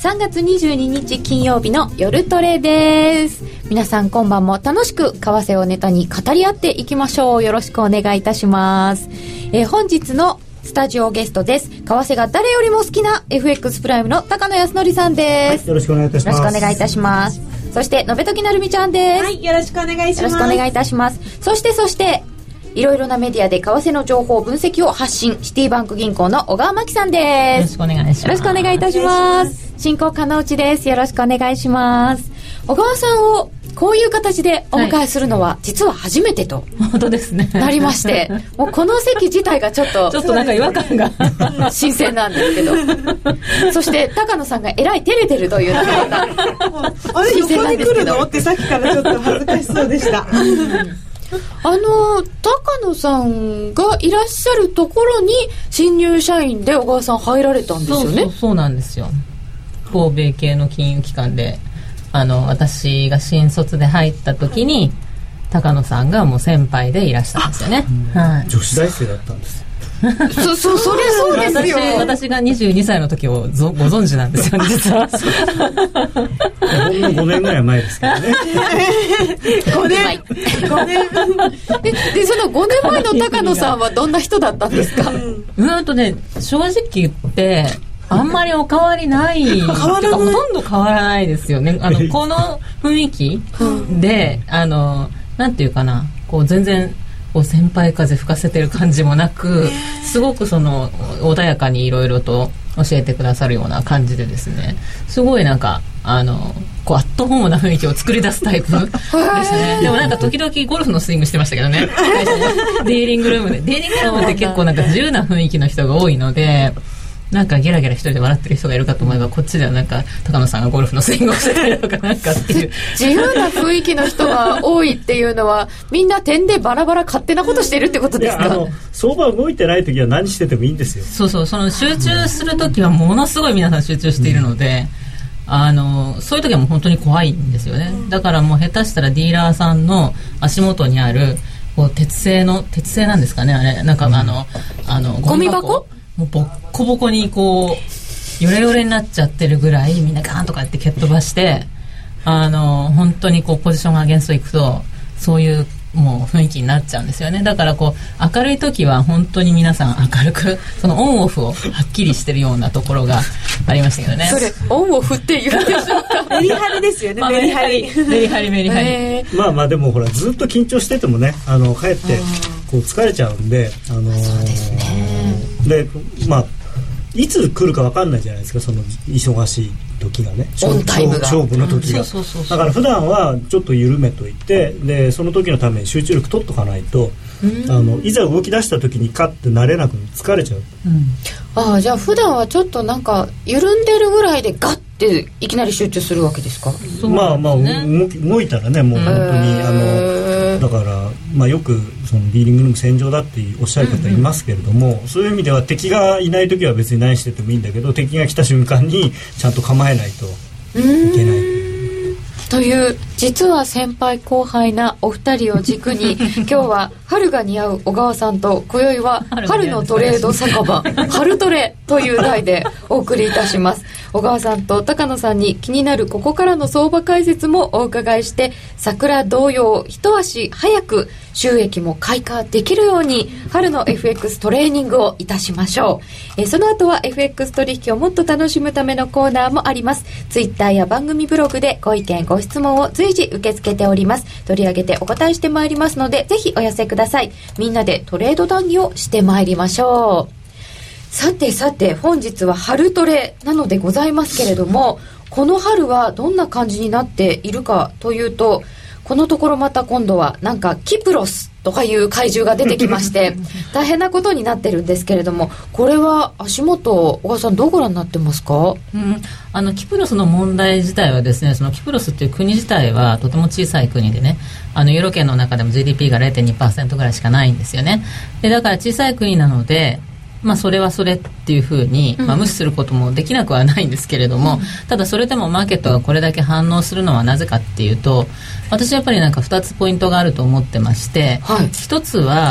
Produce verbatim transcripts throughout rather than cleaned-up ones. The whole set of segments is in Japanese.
さんがつにじゅうににち金曜日の夜トレです。皆さん今晩も楽しく為替をネタに語り合っていきましょう。よろしくお願いいたします。えー、本日のスタジオゲストです。為替が誰よりも好きな エフエックス プライムの高野康則さんです、はい、 よろしくお願いいたします。 よろしくお願いいたします。そしてのべときなるみちゃんです。 はい、よろしくお願いします。 よろしくお願いいたします。そしてそしていろいろなメディアで為替の情報分析を発信、シティバンク銀行の小川真紀さんです。 よろしくお願いします。 よろしくお願いいたします。進行金内です。よろしくお願いします。小川さんをこういう形でお迎えするのは実は初めてと、 はい、本当ですね、 なりましてもうこの席自体がちょっとちょっとなんか違和感が新鮮なんですけどそして高野さんがえらい照れてるというのがあれ横に来るのってさっきからちょっと恥ずかしそうでしたあの高野さんがいらっしゃるところに新入社員で小川さん入られたんですよね。 そうそうそうなんですよ。欧米系の金融機関であの私が新卒で入った時に高野さんがもう先輩でいらっしゃるんですよね、 はい、女子大生だったんですそ, そ, そりゃそうですよ。 私, 私がにじゅうにさいの時をぞご存知なんですよね実はほんのごねんぐらい前ですけどねごねんごねんでそのごねんまえの高野さんはどんな人だったんですか。 うんとね正直言ってあんまりお変わりない変わらない、ほとんど変わらないですよね。あのこの雰囲気であのなんていうかな、こう全然こう先輩風吹かせてる感じもなく、すごくその穏やかにいろいろと教えてくださるような感じでですね、すごいなんかあのこうアットホームな雰囲気を作り出すタイプですね。でもなんか時々ゴルフのスイングしてましたけどねディーリングルームでディーリングルームって結構なんか自由な雰囲気の人が多いので、なんかゲラゲラ一人で笑ってる人がいるかと思えば、こっちではなんか高野さんがゴルフのスイングをしてたりとかなんかっていう自由な雰囲気の人が多いっていうのはみんな点でバラバラ勝手なことしてるってことですか。 いやあの相場動いてない時は何しててもいいんですよ。 そうそう、その集中する時はものすごい皆さん集中しているので、うん、あのそういう時はもう本当に怖いんですよね。だからもう下手したらディーラーさんの足元にあるこう鉄製の鉄製なんですかね、あれなんか、うん、あのあのゴミ箱もうボッコボコにこうヨレヨレになっちゃってるぐらいみんなガーンとかやって蹴っ飛ばして、あの本当にこうポジションがアゲンストいくとそういうもう雰囲気になっちゃうんですよね。だからこう明るい時は本当に皆さん明るくそのオンオフをはっきりしてるようなところがありましたけどね。 それオンオフって言うんでしょうか。 メリハリですよね、まあ、メリハリメリハリメリハリ、 えー、 まあまあでもほらずっと緊張しててもね、あのかえってこう疲れちゃうんで、あのー、 そうですね。 でまあいつ来るか分かんないじゃないですか、その忙しい時がね、 オンタイムが勝負の時が、うん、 そうそうそうそう、 だから普段はちょっと緩めといて、でその時のために集中力取っとかないと、あのいざ動き出した時にカッて慣れなく疲れちゃう、 うん、 ああ、じゃあ普段はちょっとなんか緩んでるぐらいでガッていきなり集中するわけですか。 そうね、 まあまあ動き動いたらね、もう本当にあのだから、まあ、よくそのディーリングルーム戦場だっておっしゃる方いますけれども、うんうん、そういう意味では敵がいない時は別に何しててもいいんだけど、敵が来た瞬間にちゃんと構えないといけないという実は先輩後輩なお二人を軸に今日は春が似合う小川さんと今宵は春のトレード酒場春トレという題でお送りいたします。小川さんと高野さんに気になるここからの相場解説もお伺いして、桜同様一足早く収益も開花できるように春の エフエックス トレーニングをいたしましょう。えその後は エフエックス 取引をもっと楽しむためのコーナーもあります。ツイッターや番組ブログでご意見ご質問を随時受け付けております。取り上げてお答えしてまいりますので、ぜひお寄せください。みんなでトレード談義をしてまいりましょう。さてさて、本日は春トレなのでございますけれども、この春はどんな感じになっているかというと、このところまた今度はなんかキプロスとかいう怪獣が出てきまして大変なことになってるんですけれども、これは足元小川さんどうご覧になってますか。 うん、あのキプロスの問題自体はですね、そのキプロスっていう国自体はとても小さい国でね、あのユーロ圏の中でも ジーディーピー が れいてんにパーセント ぐらいしかないんですよね。でだから小さい国なので、まあ、それはそれっていうふうに、まあ、無視することもできなくはないんですけれども、うん、ただそれでもマーケットがこれだけ反応するのはなぜかっていうと、私やっぱりなんかふたつポイントがあると思ってまして、はい、ひとつは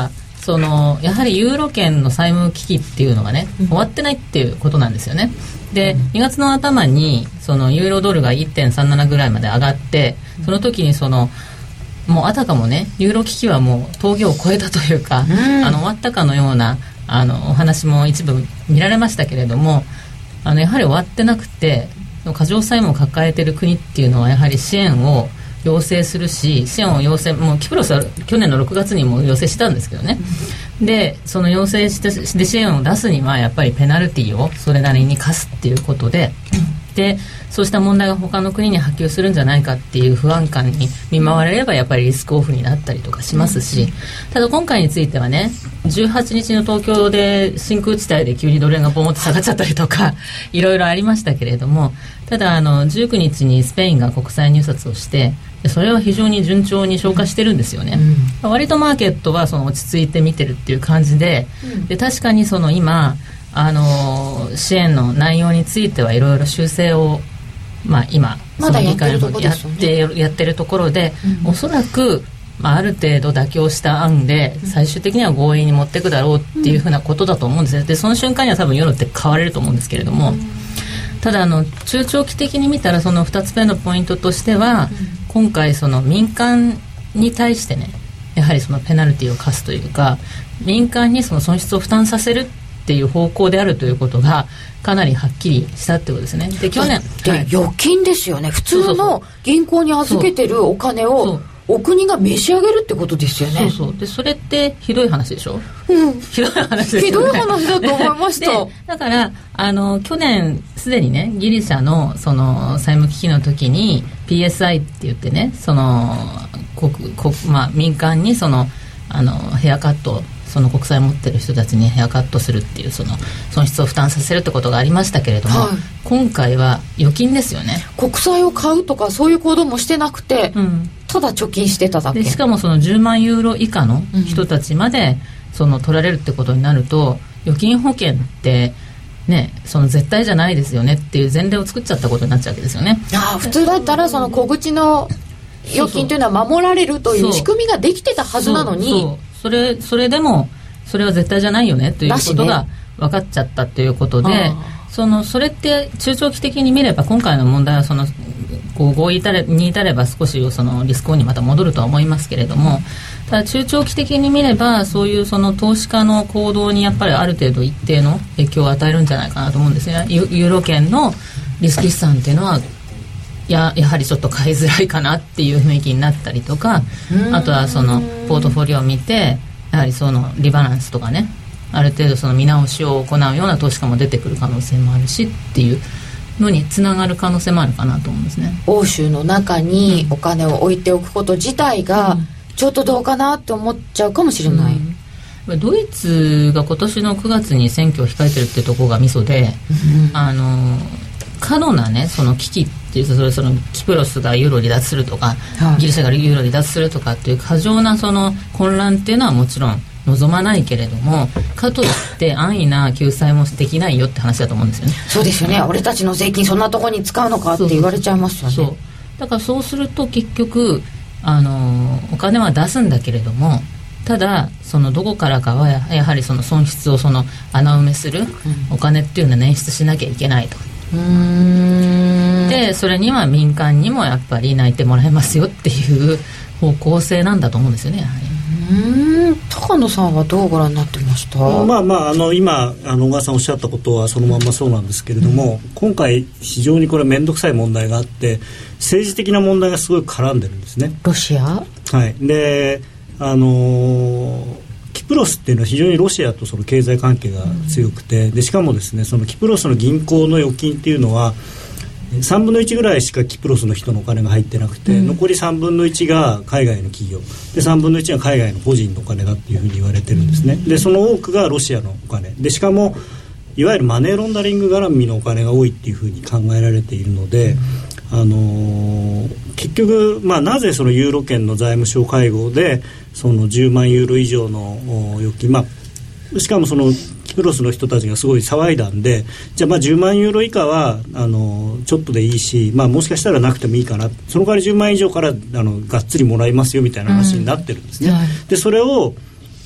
そのやはりユーロ圏の債務危機っていうのがね、うん、終わってないっていうことなんですよね。で、にがつの頭にそのユーロドルが いってんさんなな ぐらいまで上がって、その時にそのもうあたかもねユーロ危機はもう峠を越えたというか、うん、あの終わったかのようなあのお話も一部見られましたけれども、あのやはり終わってなくて、過剰債務を抱えている国っていうのはやはり支援を要請するし、支援を要請、もうキプロスは去年のろくがつにも要請したんですけどね、うん、でその要請してで支援を出すにはやっぱりペナルティをそれなりに課すっていうことで、うん、でそうした問題が他の国に波及するんじゃないかっていう不安感に見舞われればやっぱりリスクオフになったりとかしますし、うん、ただ今回についてはね、じゅうはちにちの東京で真空地帯で急にドル円がボーンって下がっちゃったりとかいろいろありましたけれども、ただあのじゅうくにちにスペインが国債入札をしてそれは非常に順調に消化してるんですよね、うん、割とマーケットはその落ち着いて見てるっていう感じ で,、うん、で確かにその今あの支援の内容についてはいろいろ修正を、まあ、今まだやってるところやってやってるところで、うん、おそらく、まあ、ある程度妥協した案で最終的には合意に持っていくだろうっていうふうなことだと思うんですよ。でその瞬間には多分ユーロって変われると思うんですけれども、うん、ただあの中長期的に見たらそのふたつめのポイントとしては、うん今回その民間に対してねやはりそのペナルティを課すというか、民間にその損失を負担させるっていう方向であるということがかなりはっきりしたってことですね。で去年で、はい、預金ですよね。普通の銀行に預けてるお金をお国が召し上げるってことですよね。 そうそうでそれってひどい話でしょ、 うん、 ひどい話ですよね。 ひどい話だと思いましただからあの去年すでにねギリシャ の, その債務危機の時に ピーエスアイ って言ってねその国国、まあ、民間にそのあのヘアカットその国債を持ってる人たちにヘアカットするっていうその損失を負担させるってことがありましたけれども、はい、今回は預金ですよね。 国債を買うとかそういう行動もしてなくて、うん、ただ貯金してただけで、しかもそのじゅうまんユーロ以下の人たちまでその取られるってことになると、預金保険ってね、その絶対じゃないですよねっていう前例を作っちゃったことになっちゃうわけですよね。 あ普通だったらその小口の預金というのは守られるという仕組みができてたはずなのに、 そうそうそれ、それでもそれは絶対じゃないよねということが分かっちゃったということで、ね、そのそれって中長期的に見れば今回の問題はそのこう合意に至れば少しそのリスクオンにまた戻るとは思いますけれども、ただ中長期的に見ればそういうその投資家の行動にやっぱりある程度一定の影響を与えるんじゃないかなと思うんですね。ユーロ圏のリスク資産っていうのはや, やはりちょっと買いづらいかなっていう雰囲気になったりとか、あとはそのポートフォリオを見てやはりそのリバランスとかねある程度その見直しを行うような投資家も出てくる可能性もあるしっていうのにつながる可能性もあるかなと思うんですね。 欧州の中にお金を置いておくこと自体がちょっとどうかなって思っちゃうかもしれない、 うん、ドイツが今年のくがつに選挙を控えてるってところがミソで、うん、あの過度なねその危機っていうそれそのキプロスがユーロ離脱するとか、はい、ギリシャがユーロ離脱するとかっていう過剰なその混乱っていうのはもちろん望まないけれども、かといって安易な救済もできないよって話だと思うんですよね。 そうですよね。俺たちの税金そんなとこに使うのかって言われちゃいますよね。 そうそうだからそうすると結局あのお金は出すんだけれども、ただそのどこからかはやはりその損失をその穴埋めするお金っていうのを捻出しなきゃいけないと、うーんでそれには民間にもやっぱり泣いてもらえますよっていう方向性なんだと思うんですよね。やはりうーん高野さんはどうご覧になってました？ まあまあ、あの今あの小川さんおっしゃったことはそのままそうなんですけれども、うん、今回非常にこれ面倒くさい問題があって政治的な問題がすごい絡んでるんですね。 ロシア、 はい、であのー、キプロスっていうのは非常にロシアとその経済関係が強くて、うん、でしかもですねそのキプロスの銀行の預金っていうのはさんぶんのいちぐらいしかキプロスの人のお金が入ってなくて、うん、残りさんぶんのいちが海外の企業でさんぶんのいちが海外の個人のお金だっていうふうに言われてるんですね。でその多くがロシアのお金で、しかもいわゆるマネーロンダリング絡みのお金が多いっていうふうに考えられているので、うん、あのー、結局、まあ、なぜそのユーロ圏の財務省会合でそのじゅうまんユーロ以上の預金、まあ、しかもそのキプロスの人たちがすごい騒いだんで、じゃあまあじゅうまんユーロ以下はあのちょっとでいいし、まあ、もしかしたらなくてもいいかな、その代わりじゅうまん以上からあのがっつりもらいますよみたいな話になってるんですね、うんはい、でそれを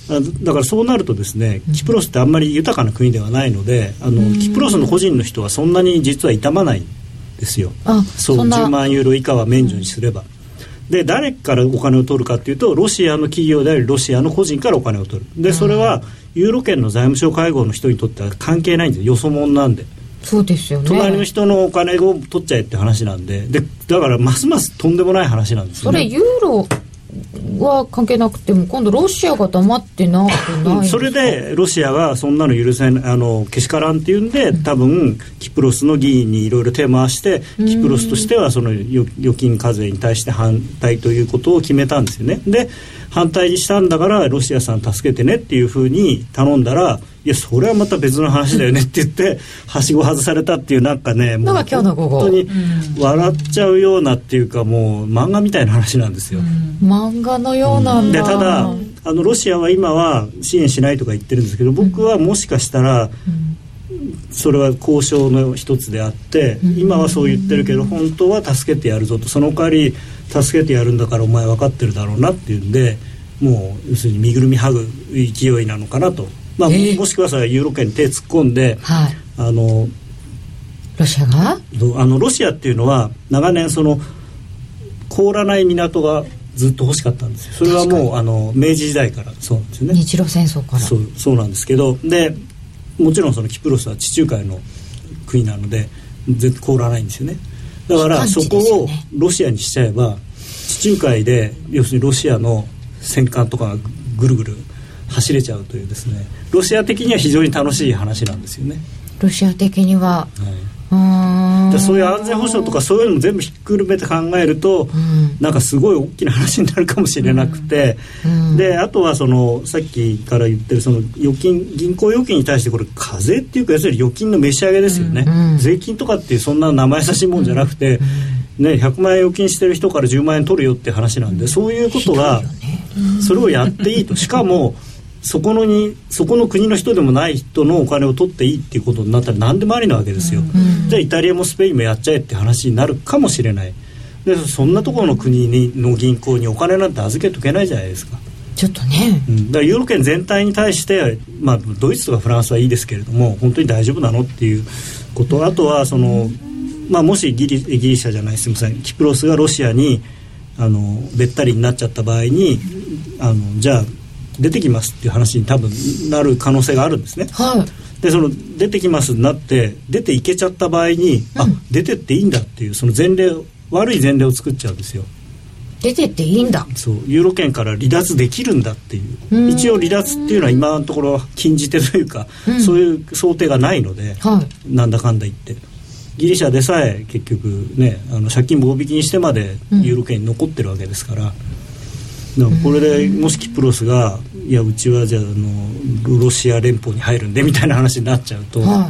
だからそうなるとですね、キプロスってあんまり豊かな国ではないので、あのキプロスの個人の人はそんなに実は痛まないんですよ。 あ、 そう、じゅうまんユーロ以下は免除にすれば、うん、で誰からお金を取るかというと、ロシアの企業でありロシアの個人からお金を取る。でそれはユーロ圏の財務省会合の人にとっては関係ないんですよ。よそ者なんで。 そうですよね。 隣の人のお金を取っちゃえって話なんで、でだからますますとんでもない話なんですよね。 それユーロは関係なくても今度ロシアが黙ってなくないんですか。 それでロシアがそんなの許せない、あのけしからんっていうんで、多分キプロスの議員にいろいろ手を回して、キプロスとしてはその預金課税に対して反対ということを決めたんですよね。で反対したんだからロシアさん助けてねっていうふうに頼んだら、いやそれはまた別の話だよねって言ってはしご外されたっていう、なんかね、もう本当に笑っちゃうようなっていうか、もう漫画みたいな話なんですよ。 漫画のようなんだ。 でただあのロシアは今は支援しないとか言ってるんですけど、僕はもしかしたらそれは交渉の一つであって、今はそう言ってるけど本当は助けてやるぞと、その代わり助けてやるんだからお前分かってるだろうなっていうんで、もう要するに身ぐるみ剥ぐ勢いなのかなと、まあ、えー、もしくはさユーロ圏に手突っ込んで、はい、あのロシアがあのロシアっていうのは長年その凍らない港がずっと欲しかったんですよ。それはもうあの明治時代からそうなんですよね。 日露戦争から。 そう、そうなんですけど、でもちろんそのキプロスは地中海の国なので絶対凍らないんですよね。だからそこをロシアにしちゃえば、地中海で要するにロシアの戦艦とかがぐるぐる走れちゃうというですね、ロシア的には非常に楽しい話なんですよね。 ロシア的には、はい、うーん、 でそういう安全保障とかそういうのも全部ひっくるめて考えると、うん、なんかすごい大きな話になるかもしれなくて、うんうん、であとはそのさっきから言ってるその預金、銀行預金に対してこれ課税っていうか要するに預金の召し上げですよね、うんうん、税金とかっていうそんな生優しいもんじゃなくて、うんね、ひゃくまんえん預金してる人からじゅうまんえん取るよって話なんで、うん、そういうことが、ね、それをやっていいと、しかもそこのにそこの国の人でもない人のお金を取っていいっていうことになったら何でもありなわけですよ、うん、じゃあイタリアもスペインもやっちゃえって話になるかもしれない。でそんなところの国にの銀行にお金なんて預けとけないじゃないですか。 ちょっとね、 うん、だからユーロ圏全体に対して、まあ、ドイツとかフランスはいいですけれども本当に大丈夫なのっていうこと、あとはその、まあ、もしギリ、ギリシャじゃないすみませんキプロスがロシアにあのべったりになっちゃった場合にあのじゃあ出てきますっていう話に多分なる可能性があるんですね、はい、でその出てきますになって出ていけちゃった場合に、うん、あ出てっていいんだっていうその前例悪い前例を作っちゃうんですよ。 出てっていいんだ、 そうユーロ圏から離脱できるんだっていう、う一応離脱っていうのは今のところ禁じ手というか、うん、そういう想定がないので、はい、なんだかんだ言ってギリシャでさえ結局ねあの借金棒引きにしてまでユーロ圏に残ってるわけですから、うん、これでもしキプロスがいやうちはじゃあ、あのロシア連邦に入るんでみたいな話になっちゃうと、はい、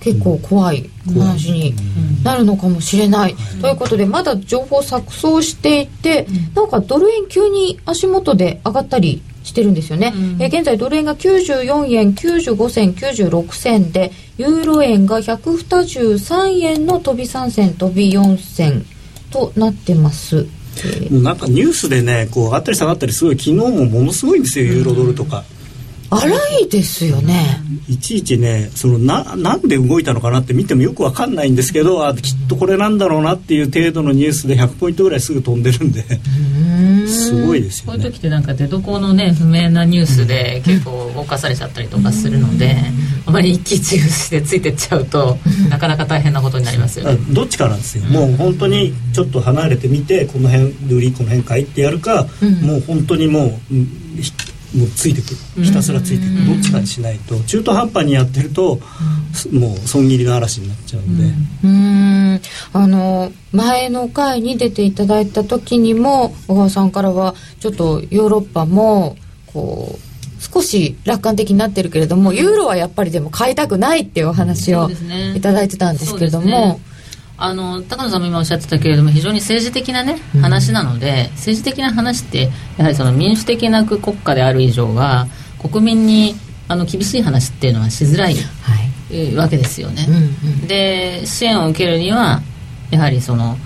結構怖い話になるのかもしれない、うん、ということでまだ情報錯綜していて、うん、なんかドル円急に足元で上がったりしてるんですよね、うん、え現在ドル円がきゅうじゅうよんえんきゅうじゅうごせんきゅうじゅうろくせんでユーロ円がひゃくにじゅうさんえんの飛びさん銭飛びよん銭となってます。 もうなんかニュースでねこう上がったり下がったりすごい昨日もものすごいんですよ、ユーロドルとか。 荒いですよね。 いちいちねその な, なんで動いたのかなって見てもよく分かんないんですけど、あきっとこれなんだろうなっていう程度のニュースでひゃくポイントぐらいすぐ飛んでるんですごいですよね。 こういう時ってなんか出どころのね不明なニュースで結構動かされちゃったりとかするので、あまり一喜一憂してついてっちゃうとなかなか大変なことになりますよね。 どっちかなんですよ、うん、もう本当にちょっと離れてみてこの辺で売りこの辺買いってやるか、うん、もう本当にもう、うんもうついてくるひたすらついてくる、どっちかにしないと中途半端にやってると、うん、もう損切りの嵐になっちゃうんで、 うん、うんあの前の回に出ていただいた時にも小川さんからはちょっとヨーロッパもこう少し楽観的になってるけれども、ユーロはやっぱりでも買いたくないっていうお話をいただいてたんですけれども、 あの高野さんも今おっしゃってたけれども非常に政治的な、ね、話なので、うん、政治的な話ってやはりその民主的な国家である以上は国民にあの厳しい話っていうのはしづらい、はい、わけですよね、うんうん、で支援を受けるにはやはりその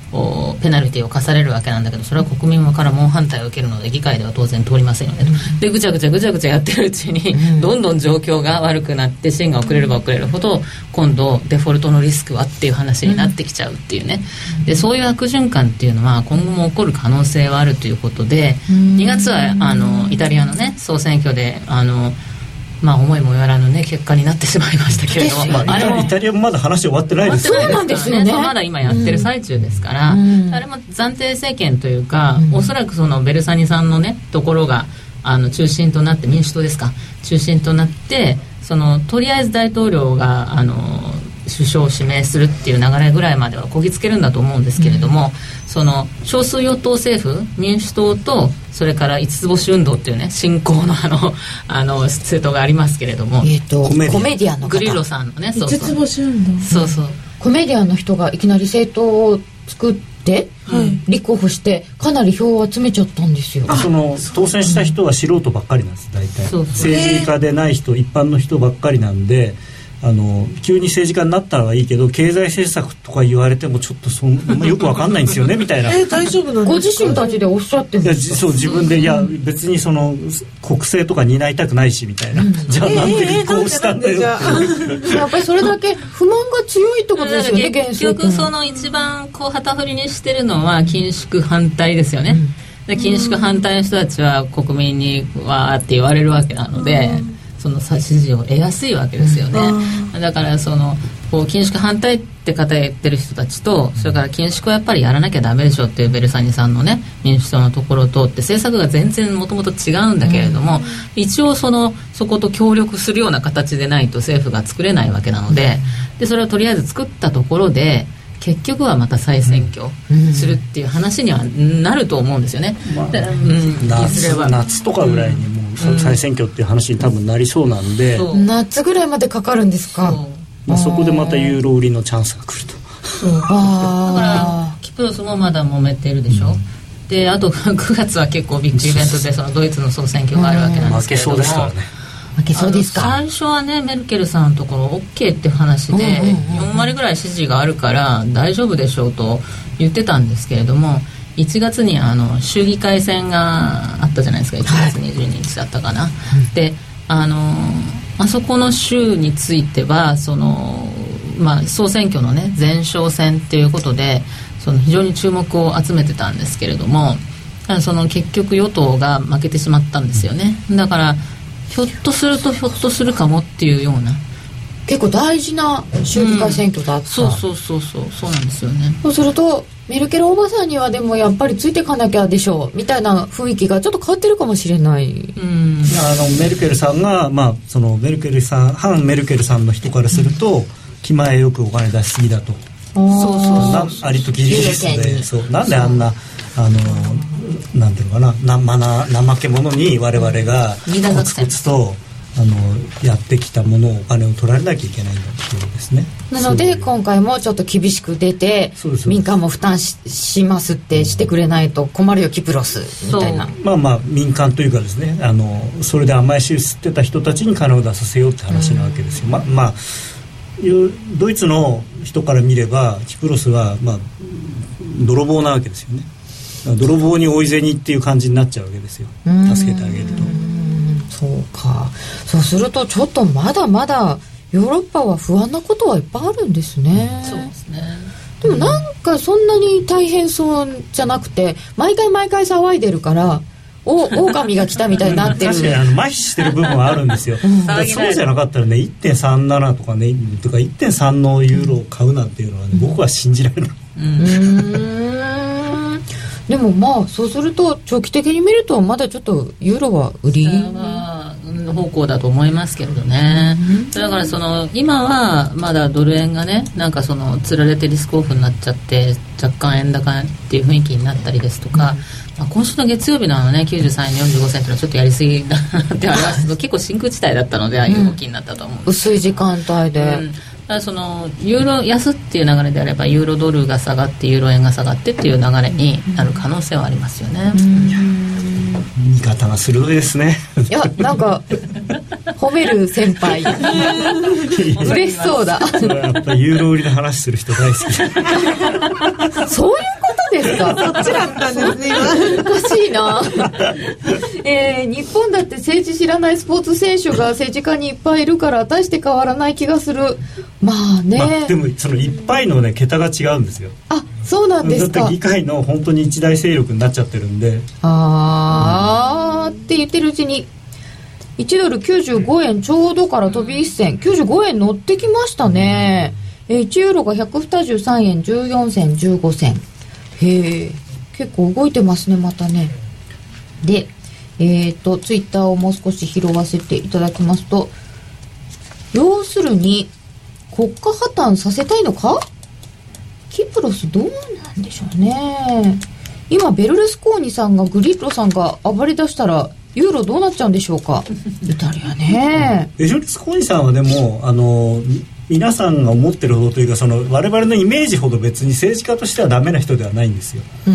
ペナルティを課されるわけなんだけど、それは国民から猛反対を受けるので議会では当然通りませんよねと、うん、でぐちゃぐちゃぐちゃぐちゃやってるうちに、うん、どんどん状況が悪くなって支援が遅れれば遅れるほど今度デフォルトのリスクはっていう話になってきちゃうっていうね、うん、でそういう悪循環っていうのは今後も起こる可能性はあるということで、うん、にがつはあのイタリアのね総選挙であのまあ、思いもよらぬ、ね、結果になってしまいましたけれども、 まあ、あれもイタリアもまだ話終わってないですよね。 そうなんですよね。 まだ今やってる最中ですから、うん、あれも暫定政権というか、うん、おそらくそのベルサニさんのねところがあの中心となって民主党ですか中心となってそのとりあえず大統領があの首相を指名するっていう流れぐらいまではこぎつけるんだと思うんですけれども、うん、その少数与党政府民主党とそれから五つ星運動っていうね新興のあのあの政党がありますけれども、 えー、とコメディアン、コメディアンの方グリロさんのねそうそう五つ星運動そうそうコメディアンの人がいきなり政党を作ってはい、立候補してかなり票を集めちゃったんですよ。 その当選した人は素人ばっかりなんです大体。そうそう政治家でない人一般の人ばっかりなんであの急に政治家になったらはいいけど経済政策とか言われてもちょっとそん、まあ、よくわかんないんですよねみたいなえ大丈夫なんですか。 ご自身たちでおっしゃってるんですか。 そう自分でいや別にその国政とか担いたくないしみたいな、うん、じゃあなんで立候補したんだよって、 えー、やっぱりそれだけ不満が強いってことですよね。 結局その一番こう旗振りにしてるのは緊縮反対ですよね、うん、で緊縮反対の人たちは国民にわーって言われるわけなので、うんその支持を得やすいわけですよね、うん、だからそのこう緊縮反対って方言ってる人たちとそれから緊縮はやっぱりやらなきゃダメでしょっていうベルサニさんのね民主党のところとって政策が全然もともと違うんだけれども、うん、一応そのそこと協力するような形でないと政府が作れないわけなので、でそれをとりあえず作ったところで結局はまた再選挙するっていう話にはなると思うんですよね、まあうん、 夏, 夏とかぐらいにもう再選挙っていう話に多分なりそうなんで、 うん、夏ぐらいまでかかるんですか。 そ,、まあ、そこでまたユーロ売りのチャンスが来ると。 そうだからキプロスもまだ揉めてるでしょ、うん、であとくがつは結構ビッグイベントでそのドイツの総選挙があるわけなんですけれども、 負けそうですからね。 負けそうですか。 最初はねメルケルさんのところ OK って話でよん割ぐらい支持があるから大丈夫でしょうと言ってたんですけれども、いちがつにあの州議会選があったじゃないですか。いちがつにじゅうににちだったかな、はい、であのあそこの州についてはその、まあ、総選挙のね前哨戦っていうことでその非常に注目を集めてたんですけれども、その結局与党が負けてしまったんですよね。だからひょっとするとひょっとするかもっていうような結構大事な州議会選挙だった、うん、 そうそうそうそうそうなんですよね。 そうするとメルケルおばさんにはでもやっぱりついていかなきゃでしょうみたいな雰囲気がちょっと変わってるかもしれない、うん、 あのメルケルさんが、まあ、そのメルケルさん反メルケルさんの人からすると、うん、気前よくお金出しすぎだと。 そうそうなありときりですので、そうなんであんなあのなんていうのかな、な、まな、怠け者に我々がコツコツとあのやってきたものをお金を取られなきゃいけないんだっていうですね。 なので今回もちょっと厳しく出て民間も負担 し, しますってしてくれないと困るよキプロスみたいな。 まあまあ民間というかですね、あのそれで甘い汁吸ってた人たちに金を出させようって話なわけですよ、うん、ま, まあドイツの人から見ればキプロスは、まあ、泥棒なわけですよね。泥棒に追い銭っていう感じになっちゃうわけですよ、助けてあげると。 そうか。そうするとちょっとまだまだヨーロッパは不安なことはいっぱいあるんですね、 うん、そうですね。 でもなんかそんなに大変そうじゃなくて毎回毎回騒いでるからお狼が来たみたいになってる確かにあの麻痺してる部分はあるんですよ、うん、だそうじゃなかったらね いってんさんなな とかねとか いってんさん のユーロを買うなんていうのは、ね、僕は信じられない、うん、うーんでもまあそうすると長期的に見るとまだちょっとユーロは売り方向だと思いますけれどね、うん、だからその今はまだドル円がねなんかそのつられてリスクオフになっちゃって若干円高っていう雰囲気になったりですとか、うんまあ、今週の月曜日のあのねきゅうじゅうさんえんよんじゅうごセントはちょっとやりすぎだなってありますけど結構真空地帯だったのでああいう動きになったと思うんです、 うん、薄い時間帯で、 うんそのユーロ安っていう流れであればユーロドルが下がってユーロ円が下がってっていう流れになる可能性はありますよね。 見方が鋭いですね。 いやなんか褒める先輩嬉しそうだ。 それはやっぱりユーロ売りの話する人大好きそういうこですか。 そっちだったんですね今。おかしいな、えー、日本だって政治知らないスポーツ選手が政治家にいっぱいいるから大して変わらない気がする。まあね、まあ、 でもそのいっぱいのね桁が違うんですよ。 あ、そうなんですか。 だって議会の本当に一大勢力になっちゃってるんで、 あー、うん、って言ってるうちにいちドルきゅうじゅうごえんちょうどから飛びいっ銭、きゅうじゅうごえん乗ってきましたね。いちユーロがひゃくにじゅうさんえんじゅうよん銭じゅうご銭。へえ、結構動いてますねまたね。で、えーとツイッターをもう少し拾わせていただきますと、要するに国家破綻させたいのか。キプロスどうなんでしょうね。今ベルルスコーニさんがグリッロさんが暴れ出したらユーロどうなっちゃうんでしょうか。イタリアね。 ベルルスコーニさんはでもあの皆さんが思ってるほどというか、その我々のイメージほど別に政治家としてはダメな人ではないんですよ、うん、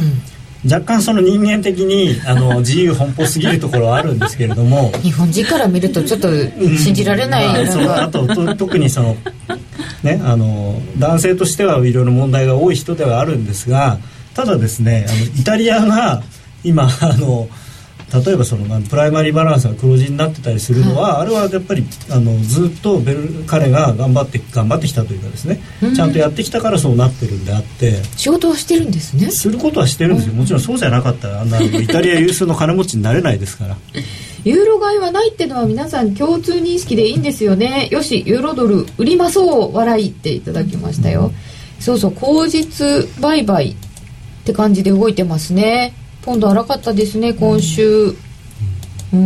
若干その人間的にあの自由奔放すぎるところはあるんですけれども日本人から見るとちょっと信じられない、うん、まあ、 そのあとと特にその、ね、あの男性としてはいろいろ問題が多い人ではあるんですが、ただですね、あのイタリアが今あの例えばそのプライマリーバランスが黒字になってたりするのは、はい、あれはやっぱりあのずっとベル彼が頑張って頑張ってきたというかですね、うん、ちゃんとやってきたからそうなってるんであって、 仕事はしてるんですね。 することはしてるんですよ。もちろんそうじゃなかったらあんなイタリア有数の金持ちになれないですからユーロ買いはないってのは皆さん共通認識でいいんですよね。よしユーロドル売りまそう笑いっていただきましたよ、うん、そうそう、口実売買って感じで動いてますね。ポンド荒かったですね今週。うん、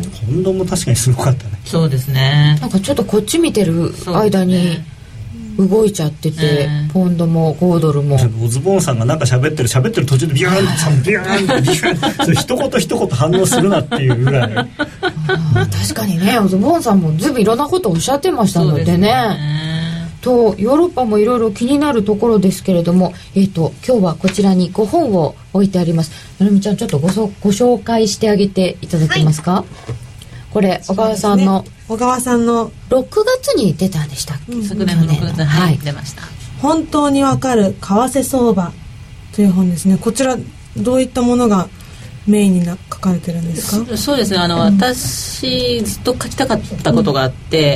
ポンドも確かにすごかったね。 そうですね。 なんかちょっとこっち見てる間に動いちゃってて、ね、ポンドもごドルも。 オズボーンさんがなんか喋ってる喋ってる途中でビューンビューンビューンそれ一言一言反応するなっていうぐらいあ確かにね、オズボーンさんもずいぶんいろんなことをおっしゃってましたので ね, でねとヨーロッパもいろいろ気になるところですけれども、えーと今日はこちらにごほんを置いてあります。なるみちゃんちょっと ご, ご紹介してあげていただけますか、はい、これ小川さんの、ね、 小川さんのろくがつに出たんでしたっけ、うん、 昨年のろくがつに、はい、出ました。 本当にわかる為替相場という本ですね。こちらどういったものがメインにな書かれてるんですか。そうですね、あの、うん、私ずっと書きたかったことがあって、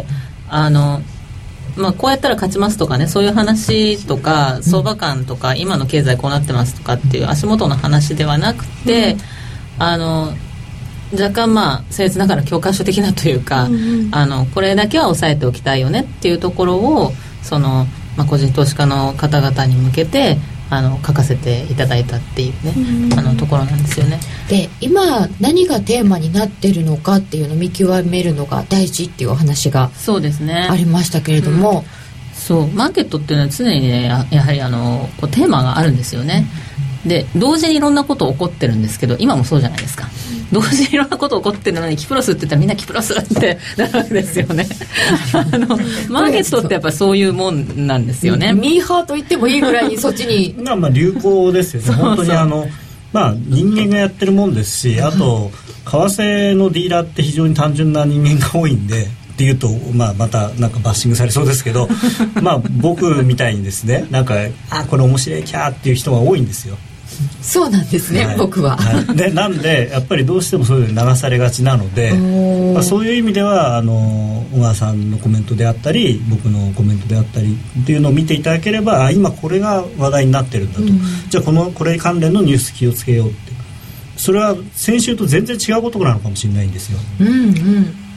うん、あのまあ、こうやったら勝ちますとかね、そういう話とか相場感とか、うん、今の経済こうなってますとかっていう足元の話ではなくて、うん、あの若干まあ僭越ながら教科書的なというか、うん、あのこれだけは押さえておきたいよねっていうところをその、まあ、個人投資家の方々に向けてあの書かせていただいたっていうね、うん、あのところなんですよね。 で今何がテーマになっているのかっていうのを見極めるのが大事っていうお話がそうですねありましたけれども、 うん、そうマーケットっていうのは常にね や, やはりあのこうテーマがあるんですよね、うん、で同時にいろんなこと起こってるんですけど、今もそうじゃないですか。同時にいろんなこと起こってるのにキプロスって言ったらみんなキプロスってなるわけですよねあのマーケットってやっぱそういうもんなんですよね。 ミーハーと言ってもいいぐらいにそっちにまあ流行ですよねそうそう本当にあのまあ、人間がやってるもんですし、あと為替のディーラーって非常に単純な人間が多いんでっていうと、まあ、またなんかバッシングされそうですけどまあ僕みたいにですね、なんかあこれ面白いキャーっていう人が多いんですよ。 そうなんですね、はい、僕は、 はい、でなんでやっぱりどうしてもそういうのに流されがちなので、まあ、そういう意味ではあの小川さんのコメントであったり僕のコメントであったりっていうのを見ていただければ、あ今これが話題になってるんだと、うん、じゃあこのこれ関連のニュース気をつけようって、それは先週と全然違うことなのかもしれないんですよ、 うんうん、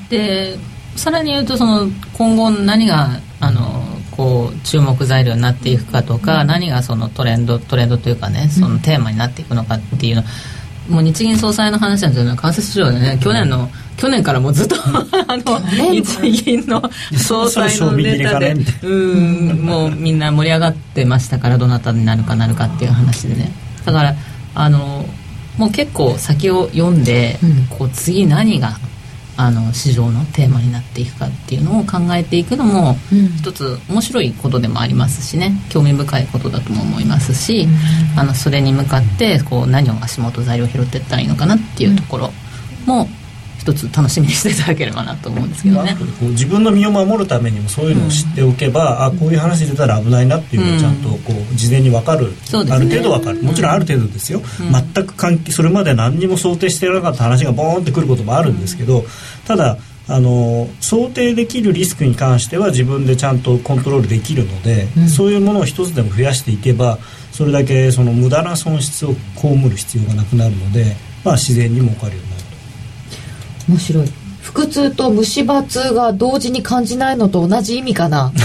でさらに言うとその今後何があのこう注目材料になっていくかとか、うん、何がそのトレンドトレンドというかね、そのテーマになっていくのかっていうの、うん、もう日銀総裁の話なんですけど、為替市場でね、去年の去年からもうずっとあの日銀の総裁のネタでうんもうみんな盛り上がってましたから、どなたになるかなるかっていう話でね。だからあのもう結構先を読んで、うん、こう次何があの市場のテーマになっていくかっていうのを考えていくのも、うん、一つ面白いことでもありますしね、興味深いことだとも思いますし、うん、あのそれに向かってこう何を足元材料を拾っていったらいいのかなっていうところも、 一つ楽しみにしていただければなと思うんですけどね。 こう自分の身を守るためにもそういうのを知っておけば、うん、あこういう話出たら危ないなっていうのをちゃんとこう事前に分かる、うん、ある程度分かる、もちろんある程度ですよ、うん、全く関係それまで何にも想定してなかった話がボーンってくることもあるんですけど、ただあの想定できるリスクに関しては自分でちゃんとコントロールできるので、うん、そういうものを一つでも増やしていけばそれだけその無駄な損失を被る必要がなくなるので、まあ、自然に儲かるようになると。 面白い。腹痛と虫歯痛が同時に感じないのと同じ意味かな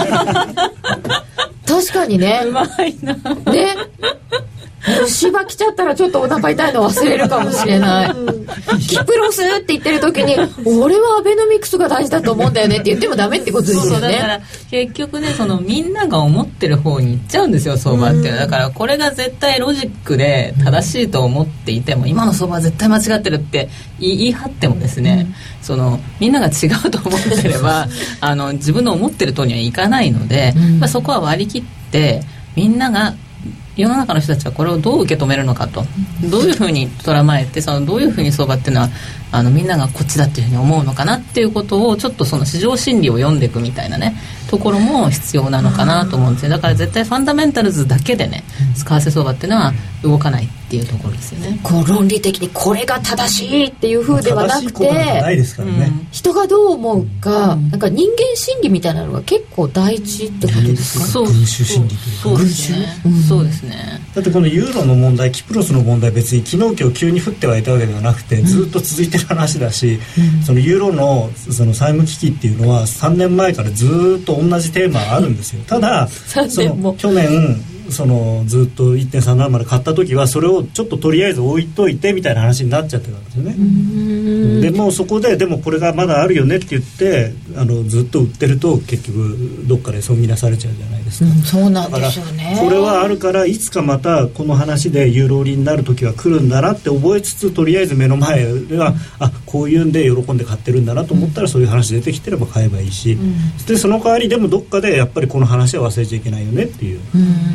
確かにね。 うまいなね。虫歯来ちゃったらちょっとお腹痛いの忘れるかもしれないキプロスって言ってる時に俺はアベノミクスが大事だと思うんだよねって言ってもダメってことですよね。 そうそう、だから結局ねそのみんなが思ってる方に行っちゃうんですよ相場っていうのは。だからこれが絶対ロジックで正しいと思っていても今の相場は絶対間違ってるって言い張ってもですね、うん、そのみんなが違うと思ってればあの自分の思ってる通りにはいかないので、うんまあ、そこは割り切ってみんなが世の中の人たちはこれをどう受け止めるのかと、どういうふうに捉まえてそのどういうふうに相場っていうのはあのみんながこっちだっていうふうに思うのかなっていうことをちょっとその市場心理を読んでいくみたいなねところも必要なのかなと思うんですよ。だから絶対ファンダメンタルズだけでね為替相場っていうのは動かないっていうところですよね。 こう論理的にこれが正しいっていう風ではなくてないですからね、 うん、人がどう思うか、うん、なんか人間心理みたいなのが結構大事ってことですか。 そう群衆心理というか、 そうですね、うん、そうですね。 だってこのユーロの問題キプロスの問題別に昨日今日急に降ってはいたわけではなくてずっと続いてる話だし、うん、そのユーロのその債務危機っていうのはさんねんまえからずっと同じテーマがあるんですよ。ただその去年そのずっと いってんさんなな まで買った時はそれをちょっととりあえず置いといてみたいな話になっちゃってたんですよね。うんでもうそこででもこれがまだあるよねって言ってあのずっと売ってると結局どっかで損切らされちゃうじゃないですか、うん、 そうなんですよね。 だからこれはあるからいつかまたこの話でユーロ売りになる時は来るんだなって覚えつつとりあえず目の前ではあこういうんで喜んで買ってるんだなと思ったらそういう話出てきてれば買えばいいし、うん、でその代わりでもどっかでやっぱりこの話は忘れちゃいけないよねっていう、うん、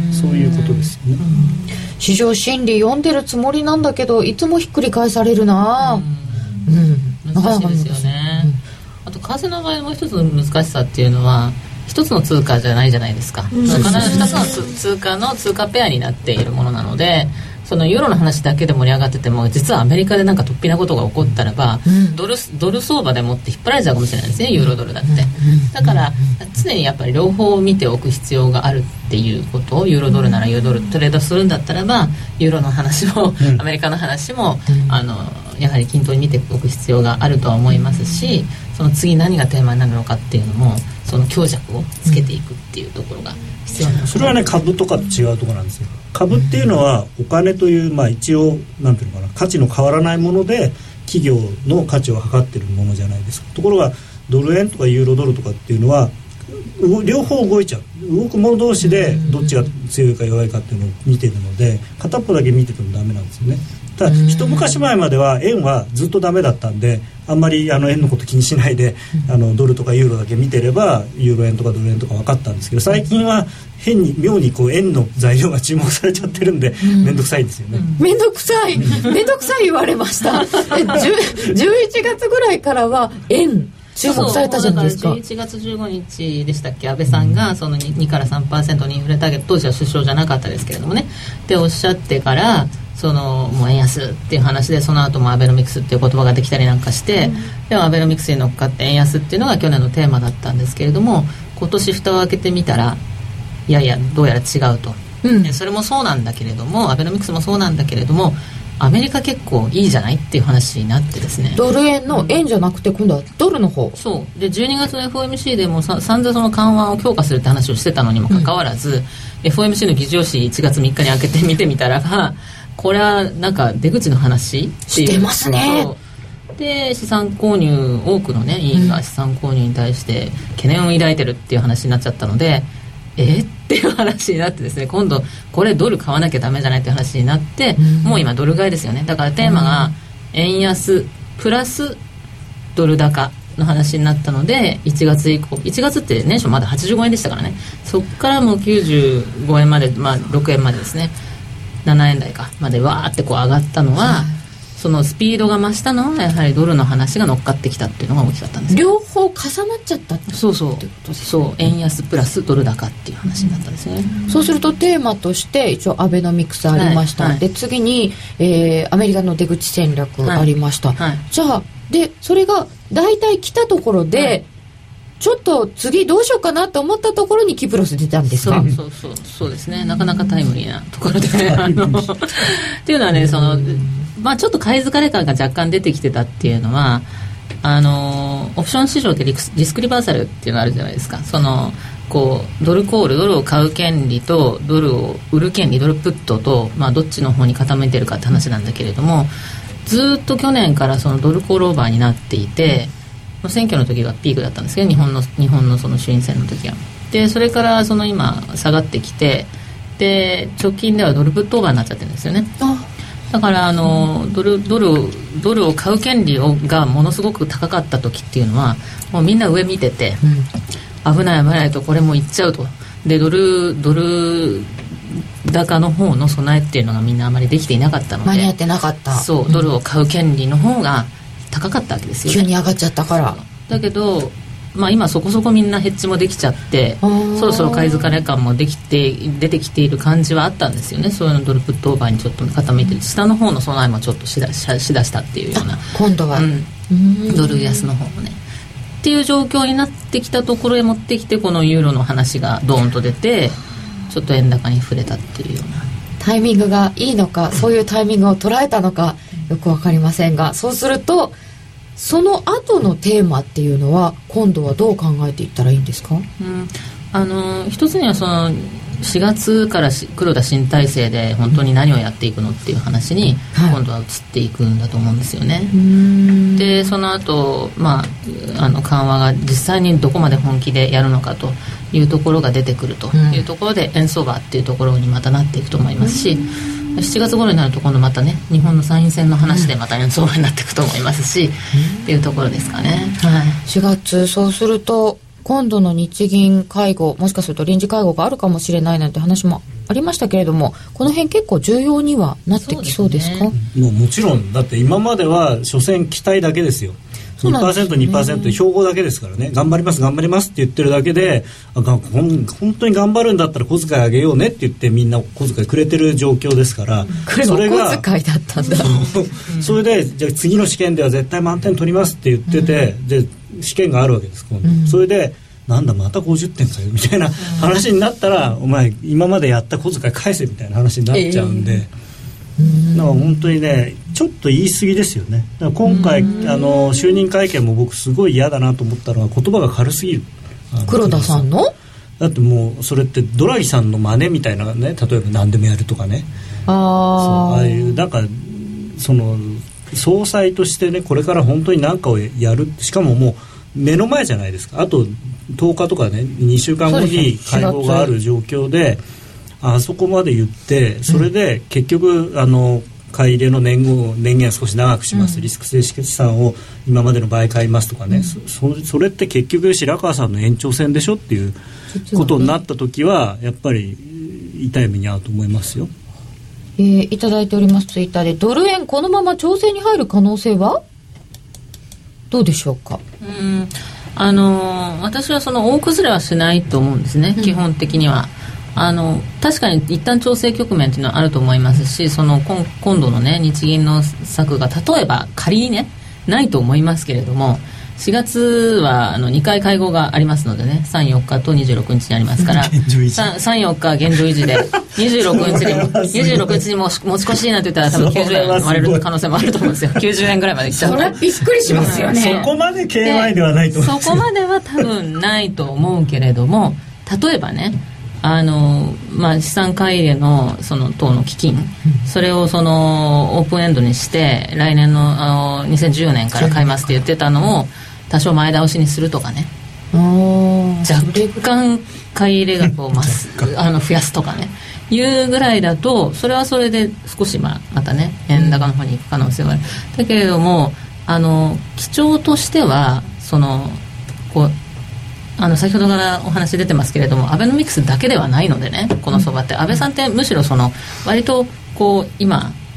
そういうことですよね、うん、 市場心理読んでるつもりなんだけどいつもひっくり返されるな、うんうん、難しいですよね、うん、あと為替の場合もう一つの難しさっていうのは一つの通貨じゃないじゃないですか、うん、必ず二つの通貨の通貨ペアになっているものなのでそのユーロの話だけで盛り上がってても実はアメリカでなんか突飛なことが起こったらば、うん、ドル、ドル相場でもって引っ張られちゃうかもしれないですねユーロドルだって、うん、だから常にやっぱり両方見ておく必要があるっていうことをユーロドルならユーロドルトレードするんだったらばユーロの話も、うん、アメリカの話も、うん、あのやはり均等に見ておく必要があるとは思いますしその次何がテーマになるのかっていうのもその強弱をつけていくっていうところが必要なの、 それはね株とかと違うところなんですよ。株っていうのはお金という、まあ、一応なんていうのかな価値の変わらないもので企業の価値を測ってるものじゃないですか。ところがドル円とかユーロドルとかっていうのは両方動いちゃう動く者同士でどっちが強いか弱いかっていうのを見てるので片っぽだけ見ててもダメなんですよね。ただ一昔前までは円はずっとダメだったんであんまりあの円のこと気にしないであのドルとかユーロだけ見てればユーロ円とかドル円とか分かったんですけど最近は変に妙にこう円の材料が注目されちゃってるんで面倒くさいですよね。 面倒くさい面倒くさい言われましたじゅういちがつぐらいからは円注目されたじゃないですか。 じゅういちがつじゅうごにちでしたっけ安倍さんがその に, にから さんパーセント にインフレターゲット当時は首相じゃなかったですけれどもねっておっしゃってからそのもう円安っていう話でその後もアベノミクスっていう言葉ができたりなんかして、うん、でもアベノミクスに乗っかって円安っていうのが去年のテーマだったんですけれども今年蓋を開けてみたらいやいやどうやら違うと、うん、それもそうなんだけれどもアベノミクスもそうなんだけれどもアメリカ結構いいじゃないっていう話になってですねドル円の円じゃなくて今度はドルの方そうでじゅうにがつの エフオーエムシー でもさ散々その緩和を強化するって話をしてたのにもかかわらず、うん、エフオーエムシー の議事要旨いちがつみっかに開けてみてみたらばこれはなんか出口の話っていうしてますね。 で資産購入多くのね委員が資産購入に対して懸念を抱いてるっていう話になっちゃったのでえっていう話になってですね今度これドル買わなきゃダメじゃないっていう話になって、うん、もう今ドル買いですよね。だからテーマが円安プラスドル高の話になったのでいちがつ以降いちがつって年初まだはちじゅうごえんでしたからねそこからもうきゅうじゅうごえんまで、まあ、ろくえんまでですねななえん台かまでわーってこう上がったのは、うんそのスピードが増したのはやはりドルの話が乗っかってきたっていうのが大きかったんです。 両方重なっちゃったってことですね。 そうそうそう円安プラスドル高っていう話になったんですね、 うん、そうするとテーマとして一応アベノミクスありました、はいはい、で次に、えー、アメリカの出口戦略ありました、はいはい、じゃあでそれが大体来たところで、はい、ちょっと次どうしようかなと思ったところにキプロス出たんですか。 そうそうそうそうですね、なかなかタイムリーなところであのっていうのはね、そのまあ、ちょっと買い疲れ感が若干出てきてたっていうのは、あのオプション市場ってリスクリバーサルっていうのがあるじゃないですか。そのこうドルコール、ドルを買う権利とドルを売る権利、ドルプットと、まあ、どっちの方に傾いてるかって話なんだけれども、ずっと去年からそのドルコールオーバーになっていて、選挙の時がピークだったんですけど、日本の日本のその衆院選の時は。でそれからその今下がってきて、で直近ではドルプットオーバーになっちゃってるんですよね。あだからあのドル、ドル、ドルを買う権利をがものすごく高かった時っていうのはもうみんな上見てて、うん、危ない危ないとこれもいっちゃうと。でドルドル高の方の備えっていうのがみんなあまりできていなかったので、 間に合ってなかった。 そう、ドルを買う権利の方が高かったわけですよね。 急に上がっちゃったから。 だけどまあ、今そこそこみんなヘッジもできちゃってそろそろ買い疲れ感もできて出てきている感じはあったんですよね。そういうのドルプットオーバーにちょっと傾いてる、下の方の備えもちょっとしだ し, しだしたっていうような、 今度は、 うん、ドル安の方もねっていう状況になってきたところへ持ってきて、このユーロの話がドーンと出てちょっと円高に触れたっていうようなタイミングがいいのか、そういうタイミングを捉えたのかよく分かりませんが、そうするとその後のテーマっていうのは今度はどう考えていったらいいんですか。 うん、あの一つにはそのしがつから黒田新体制で本当に何をやっていくのっていう話に今度は移っていくんだと思うんですよね、はい、でその後、まあ、あの緩和が実際にどこまで本気でやるのかというところが出てくるというところで、円相場っていうところにまたなっていくと思いますし、しちがつ頃になると今度またね日本の参院選の話でまた円相場になっていくと思いますし、うん、っていうところですかね、はい、 しがつ、そうすると今度の日銀会合、もしかすると臨時会合があるかもしれないなんて話もありましたけれども、この辺結構重要にはなってきそうですか。 そうですね、もうもちろんだって今までは所詮期待だけですよ。にパーセント、にパーセント 標語だけですからね。頑張ります頑張りますって言ってるだけで、あほん本当に頑張るんだったら小遣いあげようねって言ってみんな小遣いくれてる状況ですから、 これも小遣いだったんだ。 それでじゃあ次の試験では絶対満点取りますって言ってて、うん、で試験があるわけです今度、うん、それでなんだまたごじゅってんかよみたいな話になったら、うん、お前今までやった小遣い返せみたいな話になっちゃうんで、えーだから本当にねちょっと言い過ぎですよね。だから今回あの就任会見も僕すごい嫌だなと思ったのは言葉が軽すぎる。 黒田さんのだってもうそれってドラギさんの真似みたいなね、例えば何でもやるとかね、 あそうああいうなんかその総裁としてねこれから本当に何かをやる、しかももう目の前じゃないですか。あととおかとかねにしゅうかんごに会合がある状況であそこまで言ってそれで結局、うん、あの買い入れの年号年限を少し長くします、うん、リスク性資産を今までの倍買いますとかね、うん、そ, それって結局白川さんの延長線でしょっていうことになった時はやっぱり痛い目に遭うと思いますよ。 えー、いただいておりますツイッターでドル円このまま調整に入る可能性はどうでしょうか。 うんあのー、私はその大崩れはしないと思うんですね、うん、基本的には。あの確かに一旦調整局面というのはあると思いますし、その 今, 今度のね日銀の策が例えば仮にねないと思いますけれども、しがつはあのにかい会合がありますのでね、さん、よっかとにじゅうろくにちにありますからさん、よっか現状維持でにじゅうろくにちににじゅうろくにちにも持ち越しなんて言ったら多分きゅうじゅうえん割れる可能性もあると思うんですよ。きゅうじゅうえんぐらいまで来ちゃうとそれはびっくりしますよね。 そこまで ケーワイ ではないと思います。 そこまでは多分ないと思うけれども、例えばねあのまあ、資産買い入れ の, その等の基金、それをそのオープンエンドにして来年 の, あのにせんじゅうよねんから買いますって言ってたのを多少前倒しにするとかね、若干買い入れ額を増すあの増やすとかねいうぐらいだと、それはそれで少し、まあ、またね円高の方に行く可能性はある。だけれどもあの基調としてはそのこうあの先ほどからお話出てますけれども、アベノミクスだけではないのでね、この相場って安倍さんってむしろその割とこう今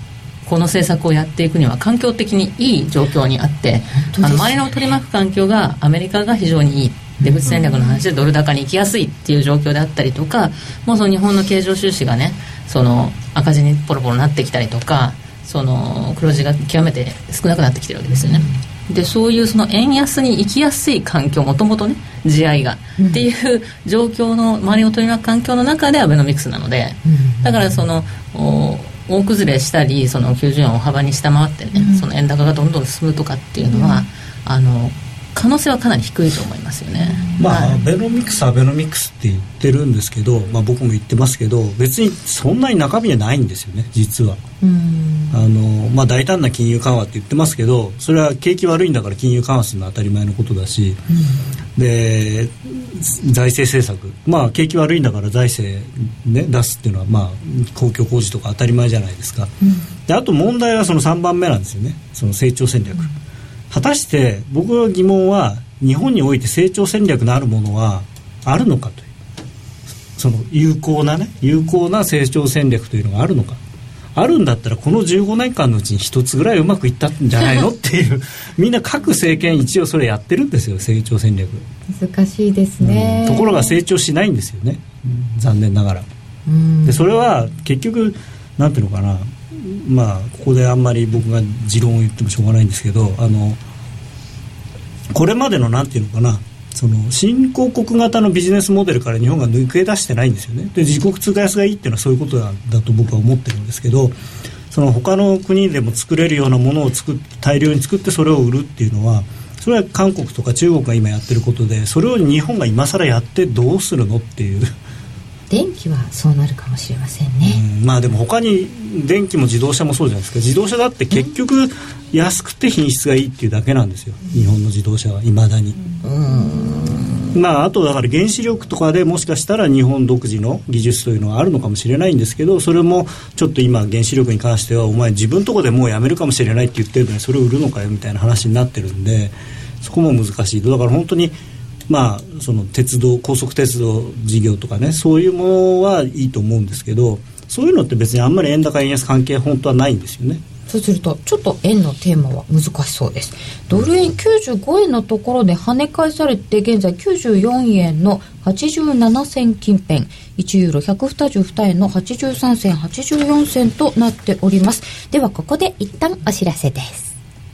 この政策をやっていくには環境的にいい状況にあって、あの周りの取り巻く環境がアメリカが非常にいい、出口戦略の話でドル高に行きやすいっていう状況であったりとか、もうその日本の経常収支がね、その赤字にポロポロなってきたりとか、その黒字が極めて少なくなってきてるわけですよね。でそういうその円安に行きやすい環境、もともとね地合いが、うん、っていう状況の周りを取り巻く環境の中でアベノミクスなので、うん、だからその大崩れしたりそのきゅうじゅうえんを大幅に下回ってね、うん、その円高がどんどん進むとかっていうのは、うん、あの可能性はかなり低いと思いますよね。 まあ、アベノミクスアベノミクスって言ってるんですけど、まあ、僕も言ってますけど別にそんなに中身はないんですよね実は。うんあの、まあ、大胆な金融緩和って言ってますけど、それは景気悪いんだから金融緩和するのは当たり前のことだし、うん、で財政政策、まあ、景気悪いんだから財政、ね、出すっていうのは、まあ、公共工事とか当たり前じゃないですか、うん、であと問題はそのさんばんめなんですよね、その成長戦略、うん、果たして僕の疑問は日本において成長戦略のあるものはあるのかという、その有効なね有効な成長戦略というのがあるのか、あるんだったらこのじゅうごねんかんのうちに一つぐらいうまくいったんじゃないのっていうみんな各政権一応それやってるんですよ、成長戦略。 難しいですね、 うん、ところが成長しないんですよね、うん、残念ながら。うんでそれは結局なんていうのかな、まあここであんまり僕が持論を言ってもしょうがないんですけど、あのこれまでのなんていうのかな、その新興国型のビジネスモデルから日本が抜け出してないんですよね。で自国通貨安がいいっていうのはそういうことだと僕は思ってるんですけど、その他の国でも作れるようなものを作って大量に作ってそれを売るっていうのは、それは韓国とか中国が今やってることで、それを日本が今更やってどうするのっていう。 電気はそうなるかもしれませんね。 うんまあでも他に電気も自動車もそうじゃないですか。自動車だって結局安くて品質がいいっていうだけなんですよ、日本の自動車はいまだに。うんまああとだから原子力とかでもしかしたら日本独自の技術というのはあるのかもしれないんですけど、それもちょっと今原子力に関してはお前自分とこでもうやめるかもしれないって言ってるのにそれを売るのかよみたいな話になってるんで、そこも難しい。だから本当にまあ、その鉄道高速鉄道事業とかね、そういうものはいいと思うんですけど、そういうのって別にあんまり円高円安関係本当はないんですよね。 そうするとちょっと円のテーマは難しそうです。ドル円きゅうじゅうごえんのところで跳ね返されて現在きゅうじゅうよんえんのはちじゅうななせん近辺、いちユーロひゃくにじゅうにえんのはちじゅうさんせんはちじゅうよんせんとなっております。ではここで一旦お知らせです。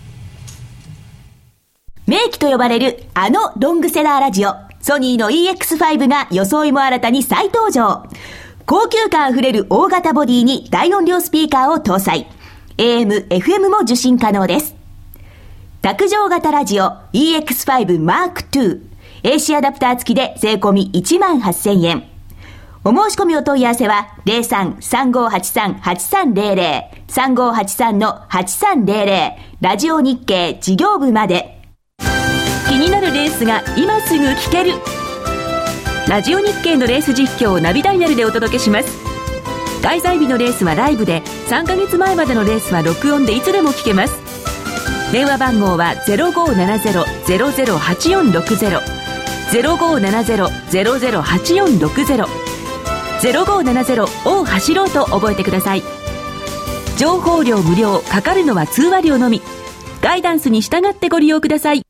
名機と呼ばれるあのロングセラーラジオソニーの イーエックスファイブ が装いも新たに再登場。高級感あふれる大型ボディに大音量スピーカーを搭載、 エーエム、エフエム も受信可能です。卓上型ラジオ イーエックスファイブマークツー エーシー アダプター付きで税込みいちまんはっせんえん。お申し込みお問い合わせは ゼロさん さんごはちさん はちさんゼロゼロ さんごはちさん はちさんゼロゼロラジオ日経事業部まで。気になるレースが今すぐ聞ける。ラジオ日経のレース実況をナビダイヤルでお届けします。開催日のレースはライブで、さんかげつまえまでのレースは録音でいつでも聞けます。電話番号は ゼロごーななゼロ ゼロゼロはちよんろくゼロ ゼロごーななゼロ ゼロゼロはちよんろくゼロ ゼロごーななゼロを走ろうと覚えてください。情報量無料、かかるのは通話料のみ。ガイダンスに従ってご利用ください。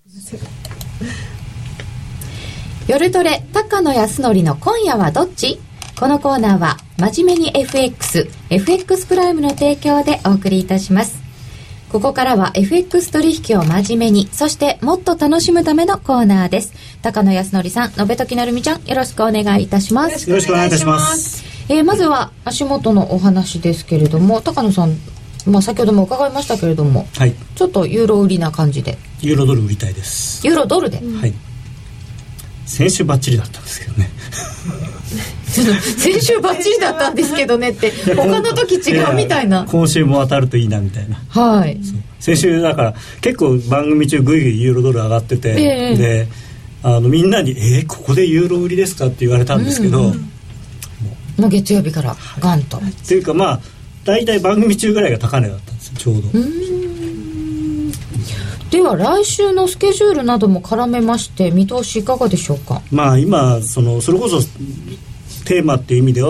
夜トレ高野康則の今夜はどっち。このコーナーは真面目に エフエックス エフエックス プライムの提供でお送りいたします。ここからは エフエックス 取引を真面目に、そしてもっと楽しむためのコーナーです。高野康則さん、延時成美ちゃん、よろしくお願いいたします。 よろしくお願いいたします。 えー、まずは足元のお話ですけれども、高野さん、まあ、先ほども伺いましたけれども、はい、ちょっとユーロ売りな感じで。 ユーロドル売りたいです。 ユーロドルで、 はい。先週バッチリだったんですけどね先週バッチリだったんですけどねって他の時違うみたいな。 今週も当たるといいなみたいな。 はい。 先週だから結構番組中ぐいぐいユーロドル上がってて、えー、であのみんなにえー、ここでユーロ売りですかって言われたんですけど、うんうん、もう、もう月曜日からガンと、はい、 っていうかまあ大体番組中ぐらいが高値だったんですよ、ちょうど。うーん。では来週のスケジュールなども絡めまして見通しいかがでしょうか。 まあ今そのそれこそテーマっていう意味では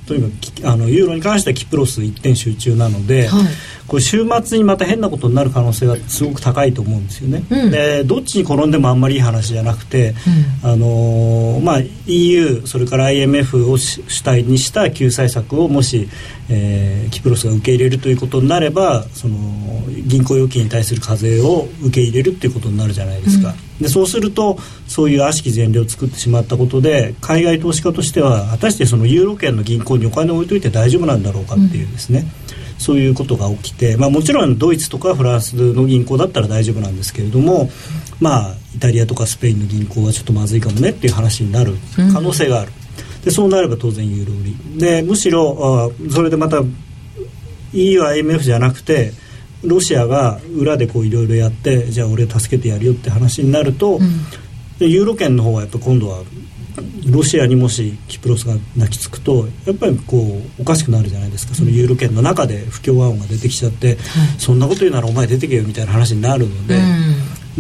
とにかくあのユーロに関してはキプロス一点集中なので、はい、これ週末にまた変なことになる可能性がすごく高いと思うんですよね、うん、でどっちに転んでもあんまりいい話じゃなくて、うん、あのまあ、イーユー それから アイエムエフ を主体にした救済策をもし、えー、キプロスが受け入れるということになればその銀行預金に対する課税を受け入れるということになるじゃないですか、うん、でそうするとそういう悪しき前例を作ってしまったことで海外投資家としては果たしてそのユーロ圏の銀行にお金を置いといて大丈夫なんだろうかっていうですね、うん、そういうことが起きて、まあ、もちろんドイツとかフランスの銀行だったら大丈夫なんですけれども、まあ、イタリアとかスペインの銀行はちょっとまずいかもねっていう話になる可能性がある、うん、でそうなれば当然ユーロ売りでむしろあそれでまた イーユー アイエムエフ じゃなくてロシアが裏でこういろいろやってじゃあ俺助けてやるよって話になると、うん、でユーロ圏の方はやっぱ今度はロシアにもしキプロスが泣きつくとやっぱりこうおかしくなるじゃないですか。そのユーロ圏の中で不協和音が出てきちゃって、うん、そんなこと言うならお前出てけよみたいな話になるので、うん、